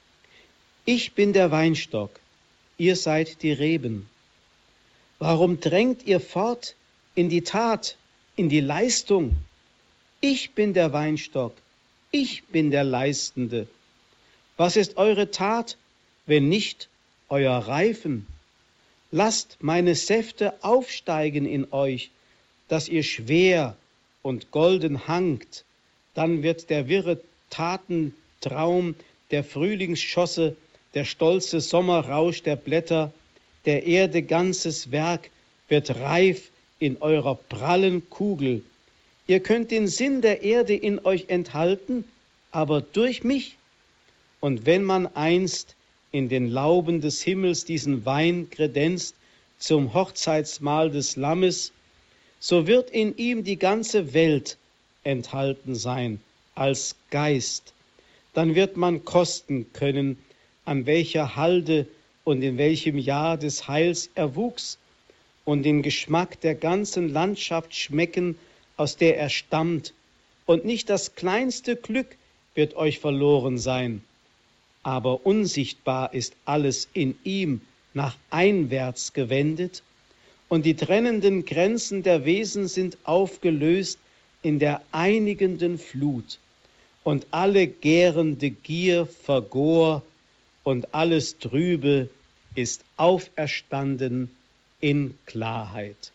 Ich bin der Weinstock, ihr seid die Reben. Warum drängt ihr fort in die Tat, in die Leistung? Ich bin der Weinstock, ich bin der Leistende. Was ist eure Tat, wenn nicht euer Reifen? Lasst meine Säfte aufsteigen in euch, dass ihr schwer und golden hangt. Dann wird der wirre Tatentraum der Frühlingsschosse, der stolze Sommerrausch der Blätter, der Erde ganzes Werk wird reif in eurer prallen Kugel. Ihr könnt den Sinn der Erde in euch enthalten, aber durch mich. Und wenn man einst in den Lauben des Himmels diesen Wein kredenzt zum Hochzeitsmahl des Lammes, so wird in ihm die ganze Welt enthalten sein als Geist. Dann wird man kosten können, an welcher Halde und in welchem Jahr des Heils er wuchs, und den Geschmack der ganzen Landschaft schmecken, aus der er stammt, und nicht das kleinste Glück wird euch verloren sein. Aber unsichtbar ist alles in ihm nach einwärts gewendet, und die trennenden Grenzen der Wesen sind aufgelöst in der einigenden Flut, und alle gärende Gier vergor, und alles Trübe ist auferstanden in Klarheit.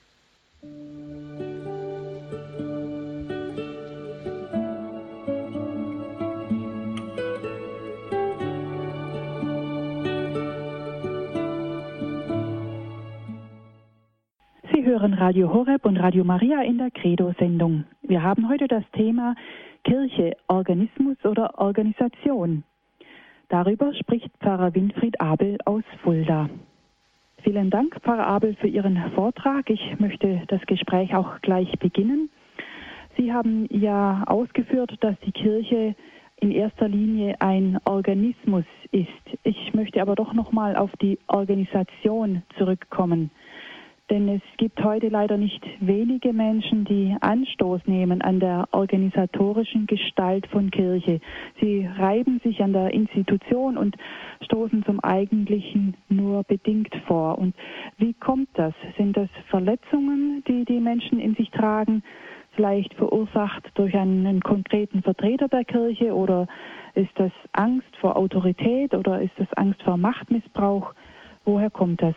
Sie hören Radio Horeb und Radio Maria in der Credo-Sendung. Wir haben heute das Thema Kirche, Organismus oder Organisation. Darüber spricht Pfarrer Winfried Abel aus Fulda. Vielen Dank, Pfarrer Abel, für Ihren Vortrag. Ich möchte das Gespräch auch gleich beginnen. Sie haben ja ausgeführt, dass die Kirche in erster Linie ein Organismus ist. Ich möchte aber doch nochmal auf die Organisation zurückkommen. Denn es gibt heute leider nicht wenige Menschen, die Anstoß nehmen an der organisatorischen Gestalt von Kirche. Sie reiben sich an der Institution und stoßen zum Eigentlichen nur bedingt vor. Und wie kommt das? Sind das Verletzungen, die die Menschen in sich tragen, vielleicht verursacht durch einen konkreten Vertreter der Kirche? Oder ist das Angst vor Autorität oder ist das Angst vor Machtmissbrauch? Woher kommt das?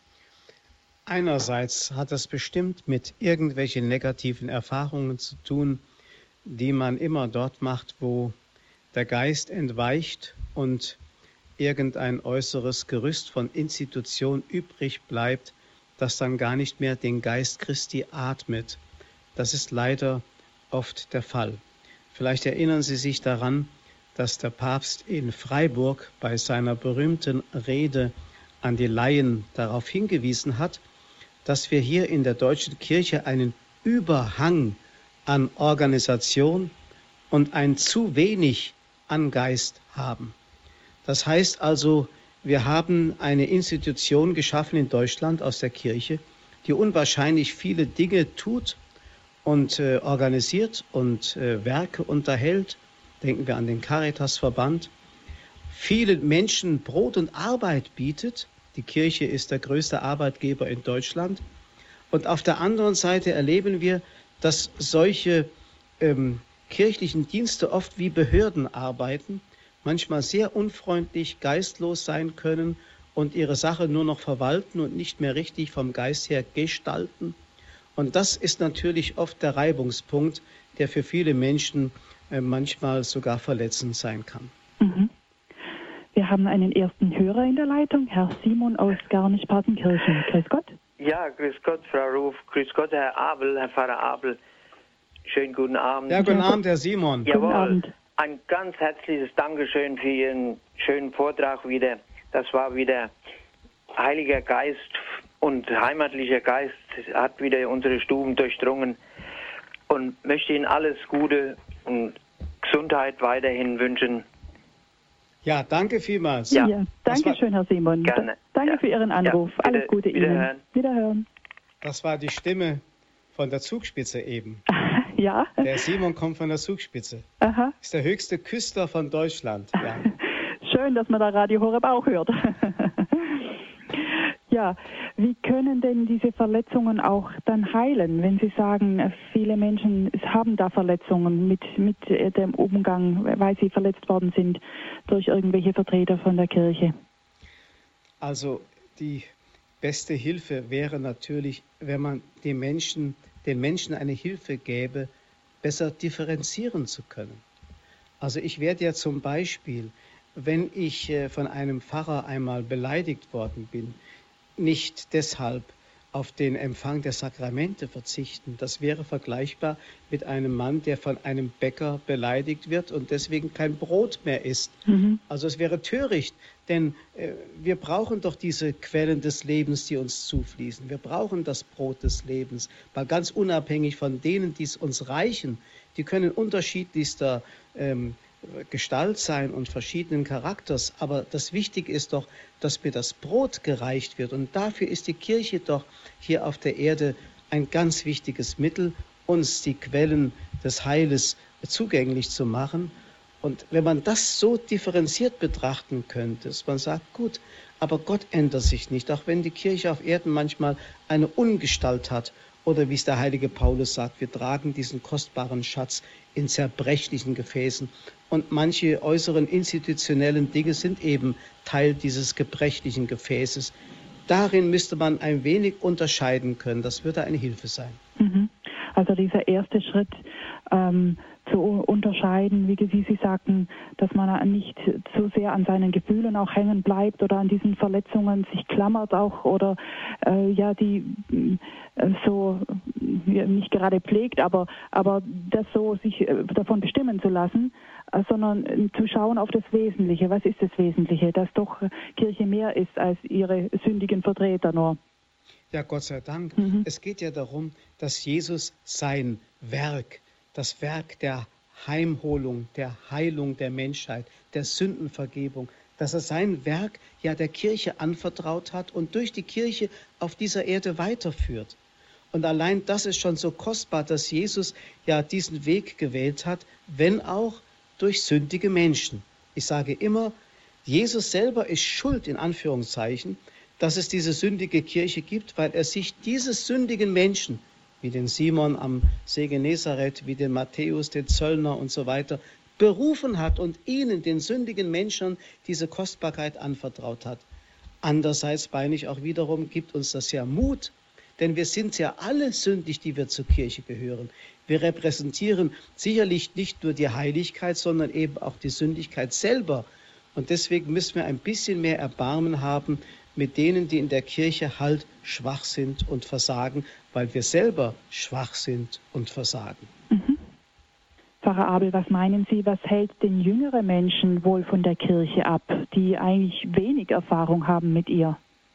Einerseits hat das bestimmt mit irgendwelchen negativen Erfahrungen zu tun, die man immer dort macht, wo der Geist entweicht und irgendein äußeres Gerüst von Institution übrig bleibt, das dann gar nicht mehr den Geist Christi atmet. Das ist leider oft der Fall. Vielleicht erinnern Sie sich daran, dass der Papst in Freiburg bei seiner berühmten Rede an die Laien darauf hingewiesen hat, dass wir hier in der deutschen Kirche einen Überhang an Organisation und ein zu wenig an Geist haben. Das heißt also, wir haben eine Institution geschaffen in Deutschland aus der Kirche, die unwahrscheinlich viele Dinge tut und organisiert und Werke unterhält. Denken wir an den Caritasverband. Vielen Menschen Brot und Arbeit bietet. Die Kirche ist der größte Arbeitgeber in Deutschland. Und auf der anderen Seite erleben wir, dass solche kirchlichen Dienste oft wie Behörden arbeiten, manchmal sehr unfreundlich, geistlos sein können und ihre Sache nur noch verwalten und nicht mehr richtig vom Geist her gestalten. Und das ist natürlich oft der Reibungspunkt, der für viele Menschen manchmal sogar verletzend sein kann. Mhm. Wir haben einen ersten Hörer in der Leitung, Herr Simon aus Garmisch-Partenkirchen. Grüß Gott. Ja, grüß Gott, Frau Ruf. Grüß Gott, Herr Abel, Herr Pfarrer Abel. Schönen guten Abend. Ja, guten Abend, Herr Simon. Jawohl. Guten Abend. Ein ganz herzliches Dankeschön für Ihren schönen Vortrag wieder. Das war wieder Heiliger Geist und heimatlicher Geist hat wieder unsere Stuben durchdrungen und möchte Ihnen alles Gute und Gesundheit weiterhin wünschen. Ja, danke vielmals. Ja, danke schön, Herr Simon. Gerne. Danke für Ihren Anruf. Ja, bitte, Alles Gute wiederhören. Ihnen. Wiederhören. Das war die Stimme von der Zugspitze eben. Ja. Der Simon kommt von der Zugspitze. Aha. Ist der höchste Küster von Deutschland. Ja. Schön, dass man da Radio Horeb auch hört. Ja, wie können denn diese Verletzungen auch dann heilen, wenn Sie sagen, viele Menschen haben da Verletzungen mit dem Umgang, weil sie verletzt worden sind durch irgendwelche Vertreter von der Kirche? Also die beste Hilfe wäre natürlich, wenn man den Menschen eine Hilfe gäbe, besser differenzieren zu können. Also ich werde ja zum Beispiel, wenn ich von einem Pfarrer einmal beleidigt worden bin, nicht deshalb auf den Empfang der Sakramente verzichten. Das wäre vergleichbar mit einem Mann, der von einem Bäcker beleidigt wird und deswegen kein Brot mehr isst. Mhm. Also es wäre töricht, denn wir brauchen doch diese Quellen des Lebens, die uns zufließen. Wir brauchen das Brot des Lebens, mal ganz unabhängig von denen, die es uns reichen. Die können unterschiedlichster Gestalt sein und verschiedenen Charakters, aber das Wichtige ist doch, dass mir das Brot gereicht wird und dafür ist die Kirche doch hier auf der Erde ein ganz wichtiges Mittel, uns die Quellen des Heiles zugänglich zu machen. Und wenn man das so differenziert betrachten könnte, dass man sagt, gut, aber Gott ändert sich nicht, auch wenn die Kirche auf Erden manchmal eine Ungestalt hat. Oder wie es der heilige Paulus sagt, wir tragen diesen kostbaren Schatz in zerbrechlichen Gefäßen. Und manche äußeren institutionellen Dinge sind eben Teil dieses gebrechlichen Gefäßes. Darin müsste man ein wenig unterscheiden können. Das würde eine Hilfe sein. Also dieser erste Schritt zu unterscheiden, wie Sie sagten, dass man nicht zu sehr an seinen Gefühlen auch hängen bleibt oder an diesen Verletzungen sich klammert auch oder die so nicht gerade pflegt, aber das so sich davon bestimmen zu lassen, sondern zu schauen auf das Wesentliche. Was ist das Wesentliche? Dass doch Kirche mehr ist als ihre sündigen Vertreter nur. Ja, Gott sei Dank. Es geht ja darum, dass Jesus sein Werk, das Werk der Heimholung, der Heilung der Menschheit, der Sündenvergebung, dass er sein Werk ja der Kirche anvertraut hat und durch die Kirche auf dieser Erde weiterführt. Und allein das ist schon so kostbar, dass Jesus ja diesen Weg gewählt hat, wenn auch durch sündige Menschen. Ich sage immer, Jesus selber ist schuld, in Anführungszeichen, dass es diese sündige Kirche gibt, weil er sich diese sündigen Menschen, wie den Simon am See Genezareth, wie den Matthäus, den Zöllner und so weiter, berufen hat und ihnen, den sündigen Menschen, diese Kostbarkeit anvertraut hat. Andererseits, meine ich auch wiederum, gibt uns das ja Mut, denn wir sind ja alle sündig, die wir zur Kirche gehören. Wir repräsentieren sicherlich nicht nur die Heiligkeit, sondern eben auch die Sündigkeit selber. Und deswegen müssen wir ein bisschen mehr Erbarmen haben mit denen, die in der Kirche halt schwach sind und versagen, weil wir selber schwach sind und versagen. Pfarrer Abel, was meinen Sie, was hält denn jüngere Menschen wohl von der Kirche ab, die eigentlich wenig Erfahrung haben mit ihr?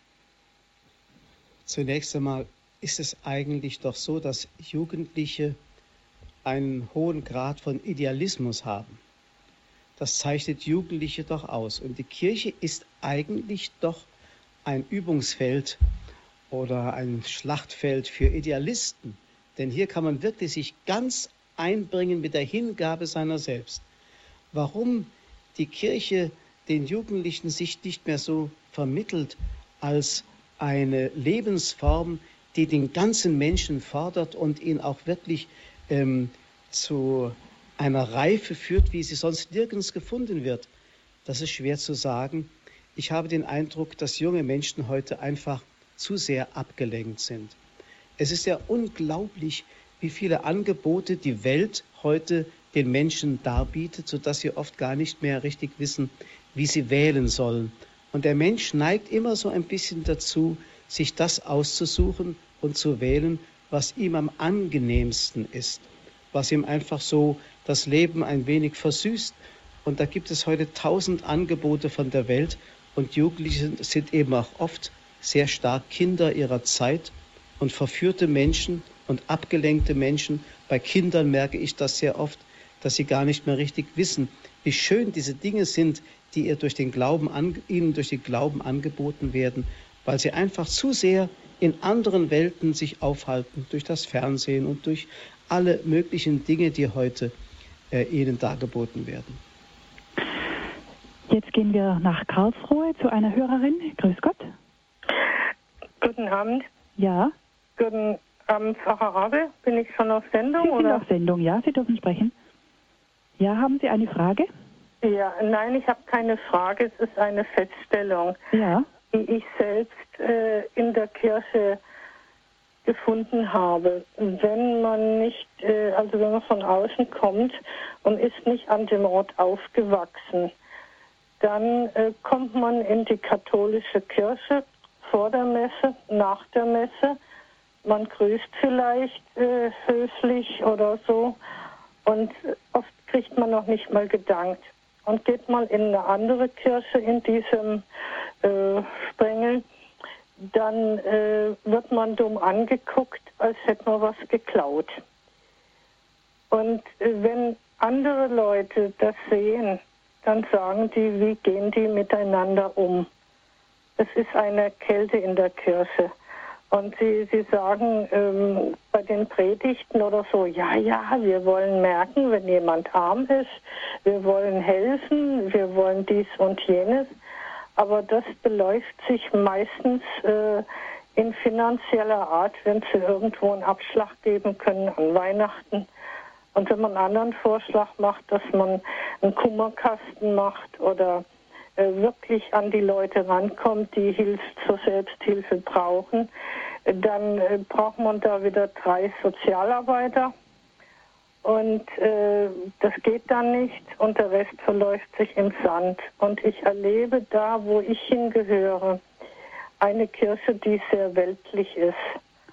Zunächst einmal ist es eigentlich doch so, dass Jugendliche einen hohen Grad von Idealismus haben. Das zeichnet Jugendliche doch aus. Und die Kirche ist eigentlich doch ein Übungsfeld oder ein Schlachtfeld für Idealisten. Denn hier kann man wirklich sich ganz einbringen mit der Hingabe seiner selbst. Warum die Kirche den Jugendlichen sich nicht mehr so vermittelt als eine Lebensform, die den ganzen Menschen fordert und ihn auch wirklich zu einer Reife führt, wie sie sonst nirgends gefunden wird. Das ist schwer zu sagen. Ich habe den Eindruck, dass junge Menschen heute einfach zu sehr abgelenkt sind. Es ist ja unglaublich, wie viele Angebote die Welt heute den Menschen darbietet, sodass sie oft gar nicht mehr richtig wissen, wie sie wählen sollen. Und der Mensch neigt immer so ein bisschen dazu, sich das auszusuchen und zu wählen, was ihm am angenehmsten ist, was ihm einfach so das Leben ein wenig versüßt. Und da gibt es heute 1000 Angebote von der Welt und Jugendliche sind eben auch oft sehr stark Kinder ihrer Zeit und verführte Menschen und abgelenkte Menschen. Bei Kindern merke ich das sehr oft, dass sie gar nicht mehr richtig wissen, wie schön diese Dinge sind, die ihnen durch den Glauben angeboten werden, weil sie einfach zu sehr in anderen Welten sich aufhalten, durch das Fernsehen und durch alle möglichen Dinge, die heute ihnen dargeboten werden. Jetzt gehen wir nach Karlsruhe zu einer Hörerin. Grüß Gott. Guten Abend. Ja. Guten Abend, Pfarrer Abel. Bin ich schon auf Sendung? Sie sind auf Sendung, ja. Sie dürfen sprechen. Ja, haben Sie eine Frage? Ja, nein, ich habe keine Frage. Es ist eine Feststellung, die ich selbst in der Kirche gefunden habe. Wenn man nicht, wenn man von außen kommt und ist nicht an dem Ort aufgewachsen, dann kommt man in die katholische Kirche vor der Messe, nach der Messe. Man grüßt vielleicht höflich oder so und oft kriegt man noch nicht mal gedankt. Und geht mal in eine andere Kirche in diesem Sprengel, dann wird man dumm angeguckt, als hätte man was geklaut. Und wenn andere Leute das sehen, dann sagen die, wie gehen die miteinander um? Es ist eine Kälte in der Kirche. Und sie sagen bei den Predigten oder so, ja, wir wollen merken, wenn jemand arm ist, wir wollen helfen, wir wollen dies und jenes. Aber das beläuft sich meistens in finanzieller Art, wenn sie irgendwo einen Abschlag geben können an Weihnachten. Und wenn man einen anderen Vorschlag macht, dass man einen Kummerkasten macht oder wirklich an die Leute rankommt, die zur Selbsthilfe brauchen, dann braucht man da wieder 3 Sozialarbeiter und das geht dann nicht und der Rest verläuft sich im Sand. Und ich erlebe da, wo ich hingehöre, eine Kirche, die sehr weltlich ist.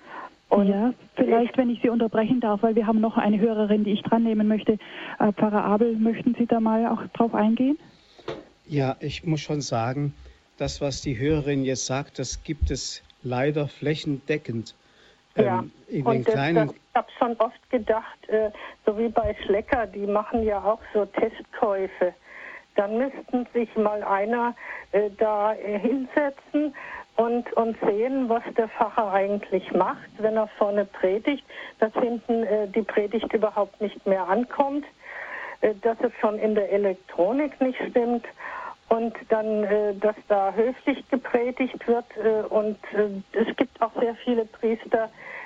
Und ja, vielleicht, wenn ich Sie unterbrechen darf, weil wir haben noch eine Hörerin, die ich dran nehmen möchte. Pfarrer Abel, möchten Sie da mal auch drauf eingehen? Ja, ich muss schon sagen, das, was die Hörerin jetzt sagt, das gibt es leider flächendeckend. Ja, ich habe schon oft gedacht, so wie bei Schlecker, die machen ja auch so Testkäufe. Dann müssten sich mal einer da hinsetzen und sehen, was der Pfarrer eigentlich macht, wenn er vorne predigt, dass hinten die Predigt überhaupt nicht mehr ankommt, dass es schon in der Elektronik nicht stimmt und dann, dass da höflich gepredigt wird und es gibt auch sehr viele Priester,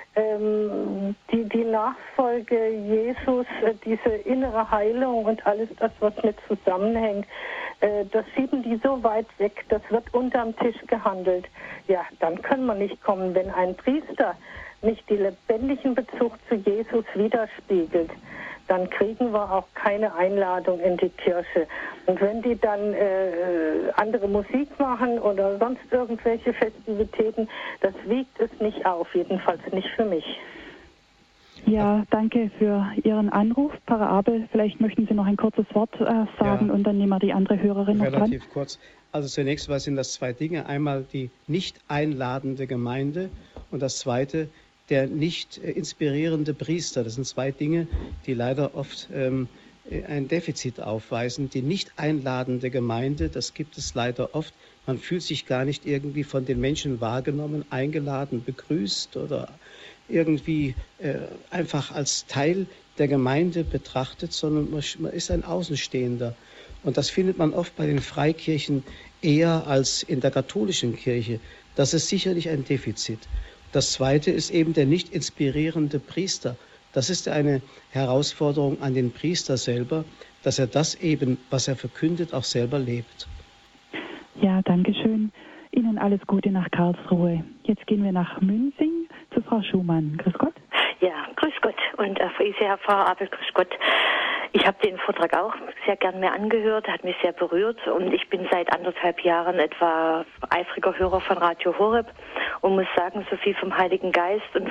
die Nachfolge Jesus, diese innere Heilung und alles das, was mit zusammenhängt, das schieben die so weit weg, das wird unterm Tisch gehandelt. Ja, dann können wir nicht kommen, wenn ein Priester nicht den lebendigen Bezug zu Jesus widerspiegelt, dann kriegen wir auch keine Einladung in die Kirche. Und wenn die dann andere Musik machen oder sonst irgendwelche Festivitäten, das wiegt es nicht auf, jedenfalls nicht für mich. Ja, danke für Ihren Anruf. Pfarrer Abel, vielleicht möchten Sie noch ein kurzes Wort sagen und dann nehmen wir die andere Hörerin noch dran. Relativ kurz. Also zunächst mal sind das zwei Dinge. Einmal die nicht einladende Gemeinde und das zweite, der nicht inspirierende Priester. Das sind zwei Dinge, die leider oft ein Defizit aufweisen. Die nicht einladende Gemeinde, das gibt es leider oft. Man fühlt sich gar nicht irgendwie von den Menschen wahrgenommen, eingeladen, begrüßt oder irgendwie einfach als Teil der Gemeinde betrachtet, sondern man ist ein Außenstehender. Und das findet man oft bei den Freikirchen eher als in der katholischen Kirche. Das ist sicherlich ein Defizit. Das zweite ist eben der nicht inspirierende Priester. Das ist eine Herausforderung an den Priester selber, dass er das eben, was er verkündet, auch selber lebt. Ja, danke schön. Ihnen alles Gute nach Karlsruhe. Jetzt gehen wir nach Münzing zu Frau Schumann. Grüß Gott. Ja, grüß Gott. Und Herr Pfarrer Abel, grüß Gott. Ich habe den Vortrag auch sehr gern mir angehört, hat mich sehr berührt und ich bin seit 1,5 Jahren etwa eifriger Hörer von Radio Horeb und muss sagen, so viel vom Heiligen Geist und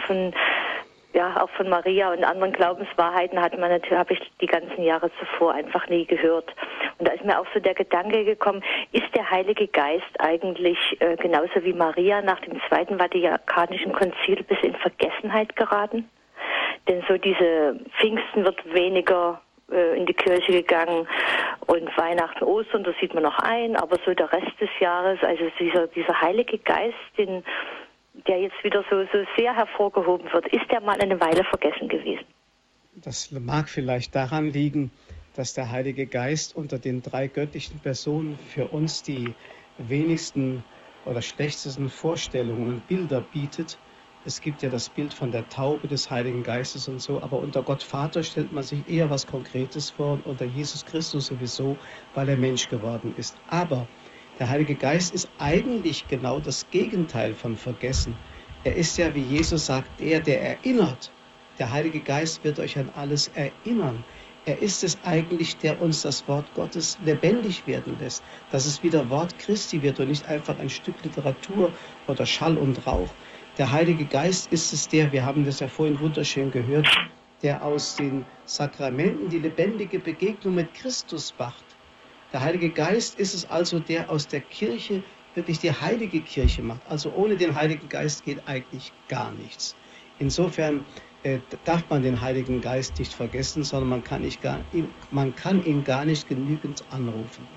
auch von Maria und anderen Glaubenswahrheiten habe ich die ganzen Jahre zuvor einfach nie gehört. Und da ist mir auch so der Gedanke gekommen, ist der Heilige Geist eigentlich genauso wie Maria nach dem Zweiten Vatikanischen Konzil bis in Vergessenheit geraten? Denn so diese Pfingsten wird weniger in die Kirche gegangen und Weihnachten, Ostern, das sieht man noch ein, aber so der Rest des Jahres, also dieser Heilige Geist, der jetzt wieder so sehr hervorgehoben wird, ist der mal eine Weile vergessen gewesen? Das mag vielleicht daran liegen, dass der Heilige Geist unter den 3 göttlichen Personen für uns die wenigsten oder schlechtesten Vorstellungen und Bilder bietet. Es gibt ja das Bild von der Taube des Heiligen Geistes und so, aber unter Gott Vater stellt man sich eher was Konkretes vor und unter Jesus Christus sowieso, weil er Mensch geworden ist. Aber der Heilige Geist ist eigentlich genau das Gegenteil von vergessen. Er ist ja, wie Jesus sagt, der erinnert. Der Heilige Geist wird euch an alles erinnern. Er ist es eigentlich, der uns das Wort Gottes lebendig werden lässt, dass es wieder Wort Christi wird und nicht einfach ein Stück Literatur oder Schall und Rauch. Der Heilige Geist ist es wir haben das ja vorhin wunderschön gehört, der aus den Sakramenten die lebendige Begegnung mit Christus macht. Der Heilige Geist ist es also, der aus der Kirche wirklich die heilige Kirche macht. Also ohne den Heiligen Geist geht eigentlich gar nichts. Insofern darf man den Heiligen Geist nicht vergessen, sondern man kann ihn gar nicht genügend anrufen.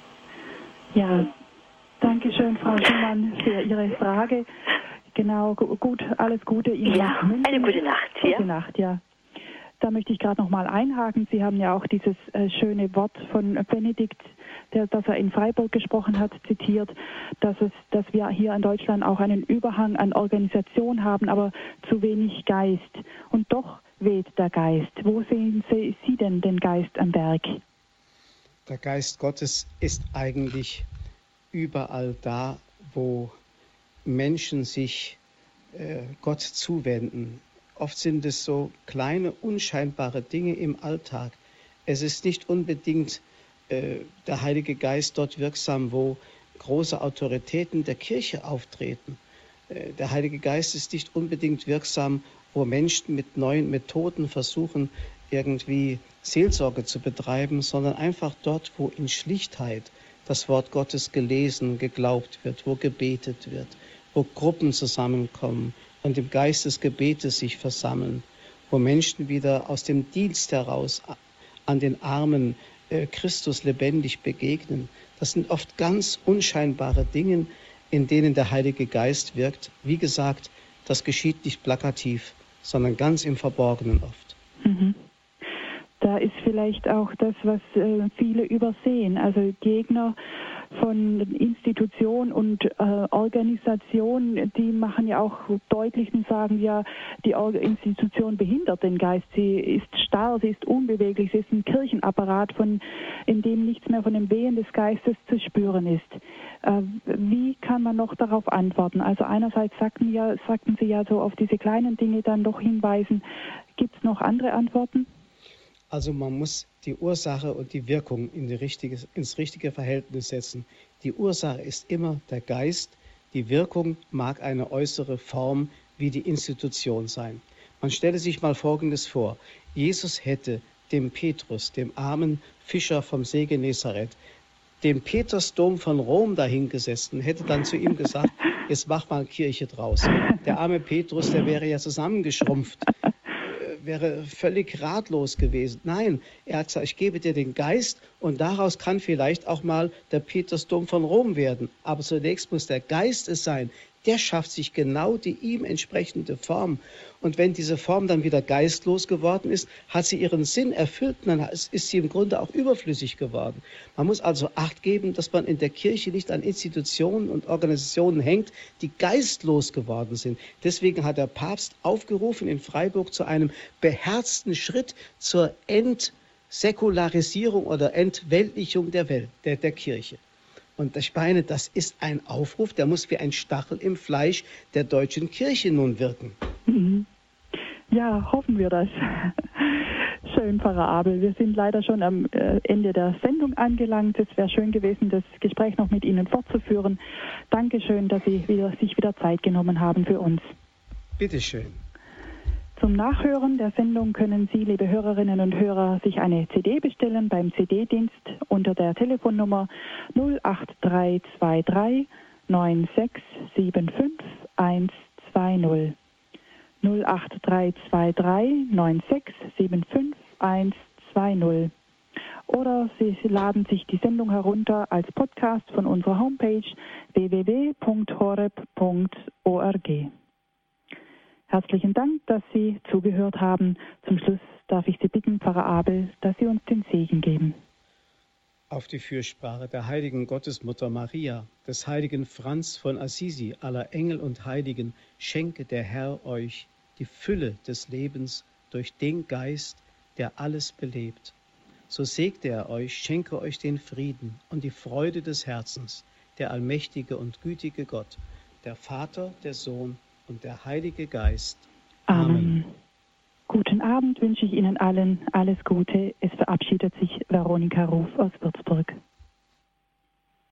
Ja, danke schön, Frau Schumann, für Ihre Frage. Genau, gut, alles Gute Ihnen. Ja, eine gute Nacht. Gute Nacht, ja. Da möchte ich gerade noch mal einhaken. Sie haben ja auch dieses schöne Wort von Benedikt, das er in Freiburg gesprochen hat, zitiert, dass wir hier in Deutschland auch einen Überhang an Organisation haben, aber zu wenig Geist. Und doch weht der Geist. Wo sehen Sie denn den Geist am Werk? Der Geist Gottes ist eigentlich überall da, wo Menschen sich Gott zuwenden. Oft sind es so kleine, unscheinbare Dinge im Alltag. Es ist nicht unbedingt der Heilige Geist dort wirksam, wo große Autoritäten der Kirche auftreten. Der Heilige Geist ist nicht unbedingt wirksam, wo Menschen mit neuen Methoden versuchen, irgendwie Seelsorge zu betreiben, sondern einfach dort, wo in Schlichtheit das Wort Gottes gelesen, geglaubt wird, wo gebetet wird, wo Gruppen zusammenkommen und im Geist des Gebetes sich versammeln, wo Menschen wieder aus dem Dienst heraus an den Armen Christus lebendig begegnen. Das sind oft ganz unscheinbare Dinge, in denen der Heilige Geist wirkt. Wie gesagt, das geschieht nicht plakativ, sondern ganz im Verborgenen oft. Mhm. Da ist vielleicht auch das, was viele übersehen. Also Gegner von Institution und Organisation, die machen ja auch deutlich und sagen, ja, die Institution behindert den Geist. Sie ist starr, sie ist unbeweglich, sie ist ein Kirchenapparat, in dem nichts mehr von dem Wehen des Geistes zu spüren ist. Wie kann man noch darauf antworten? Also einerseits sagten Sie ja so auf diese kleinen Dinge dann doch hinweisen. Gibt es noch andere Antworten? Also man muss die Ursache und die Wirkung ins richtige Verhältnis setzen. Die Ursache ist immer der Geist. Die Wirkung mag eine äußere Form wie die Institution sein. Man stelle sich mal Folgendes vor. Jesus hätte dem Petrus, dem armen Fischer vom See Genezareth, dem Petersdom von Rom dahingesetzt und hätte dann zu ihm gesagt, jetzt mach mal Kirche draus. Der arme Petrus, der wäre ja zusammengeschrumpft, wäre völlig ratlos gewesen. Nein, er hat gesagt, ich gebe dir den Geist und daraus kann vielleicht auch mal der Petersdom von Rom werden. Aber zunächst muss der Geist es sein. Der schafft sich genau die ihm entsprechende Form. Und wenn diese Form dann wieder geistlos geworden ist, hat sie ihren Sinn erfüllt, dann ist sie im Grunde auch überflüssig geworden. Man muss also Acht geben, dass man in der Kirche nicht an Institutionen und Organisationen hängt, die geistlos geworden sind. Deswegen hat der Papst aufgerufen in Freiburg zu einem beherzten Schritt zur Entsäkularisierung oder Entweltlichung der Welt, der Kirche. Und ich meine, das ist ein Aufruf, der muss wie ein Stachel im Fleisch der deutschen Kirche nun wirken. Ja, hoffen wir das. Schön, Pfarrer Abel. Wir sind leider schon am Ende der Sendung angelangt. Es wäre schön gewesen, das Gespräch noch mit Ihnen fortzuführen. Dankeschön, dass Sie sich wieder Zeit genommen haben für uns. Bitteschön. Zum Nachhören der Sendung können Sie, liebe Hörerinnen und Hörer, sich eine CD bestellen beim CD-Dienst unter der Telefonnummer 08323 9675 120. 08323 9675 120. Oder Sie laden sich die Sendung herunter als Podcast von unserer Homepage www.horeb.org. Herzlichen Dank, dass Sie zugehört haben. Zum Schluss darf ich Sie bitten, Pfarrer Abel, dass Sie uns den Segen geben. Auf die Fürsprache der heiligen Gottesmutter Maria, des heiligen Franz von Assisi, aller Engel und Heiligen, schenke der Herr euch die Fülle des Lebens durch den Geist, der alles belebt. So segne er euch, schenke euch den Frieden und die Freude des Herzens, der allmächtige und gütige Gott, der Vater, der Sohn und der Heilige Geist. Amen. Guten Abend wünsche ich Ihnen allen alles Gute. Es verabschiedet sich Veronika Ruf aus Würzburg.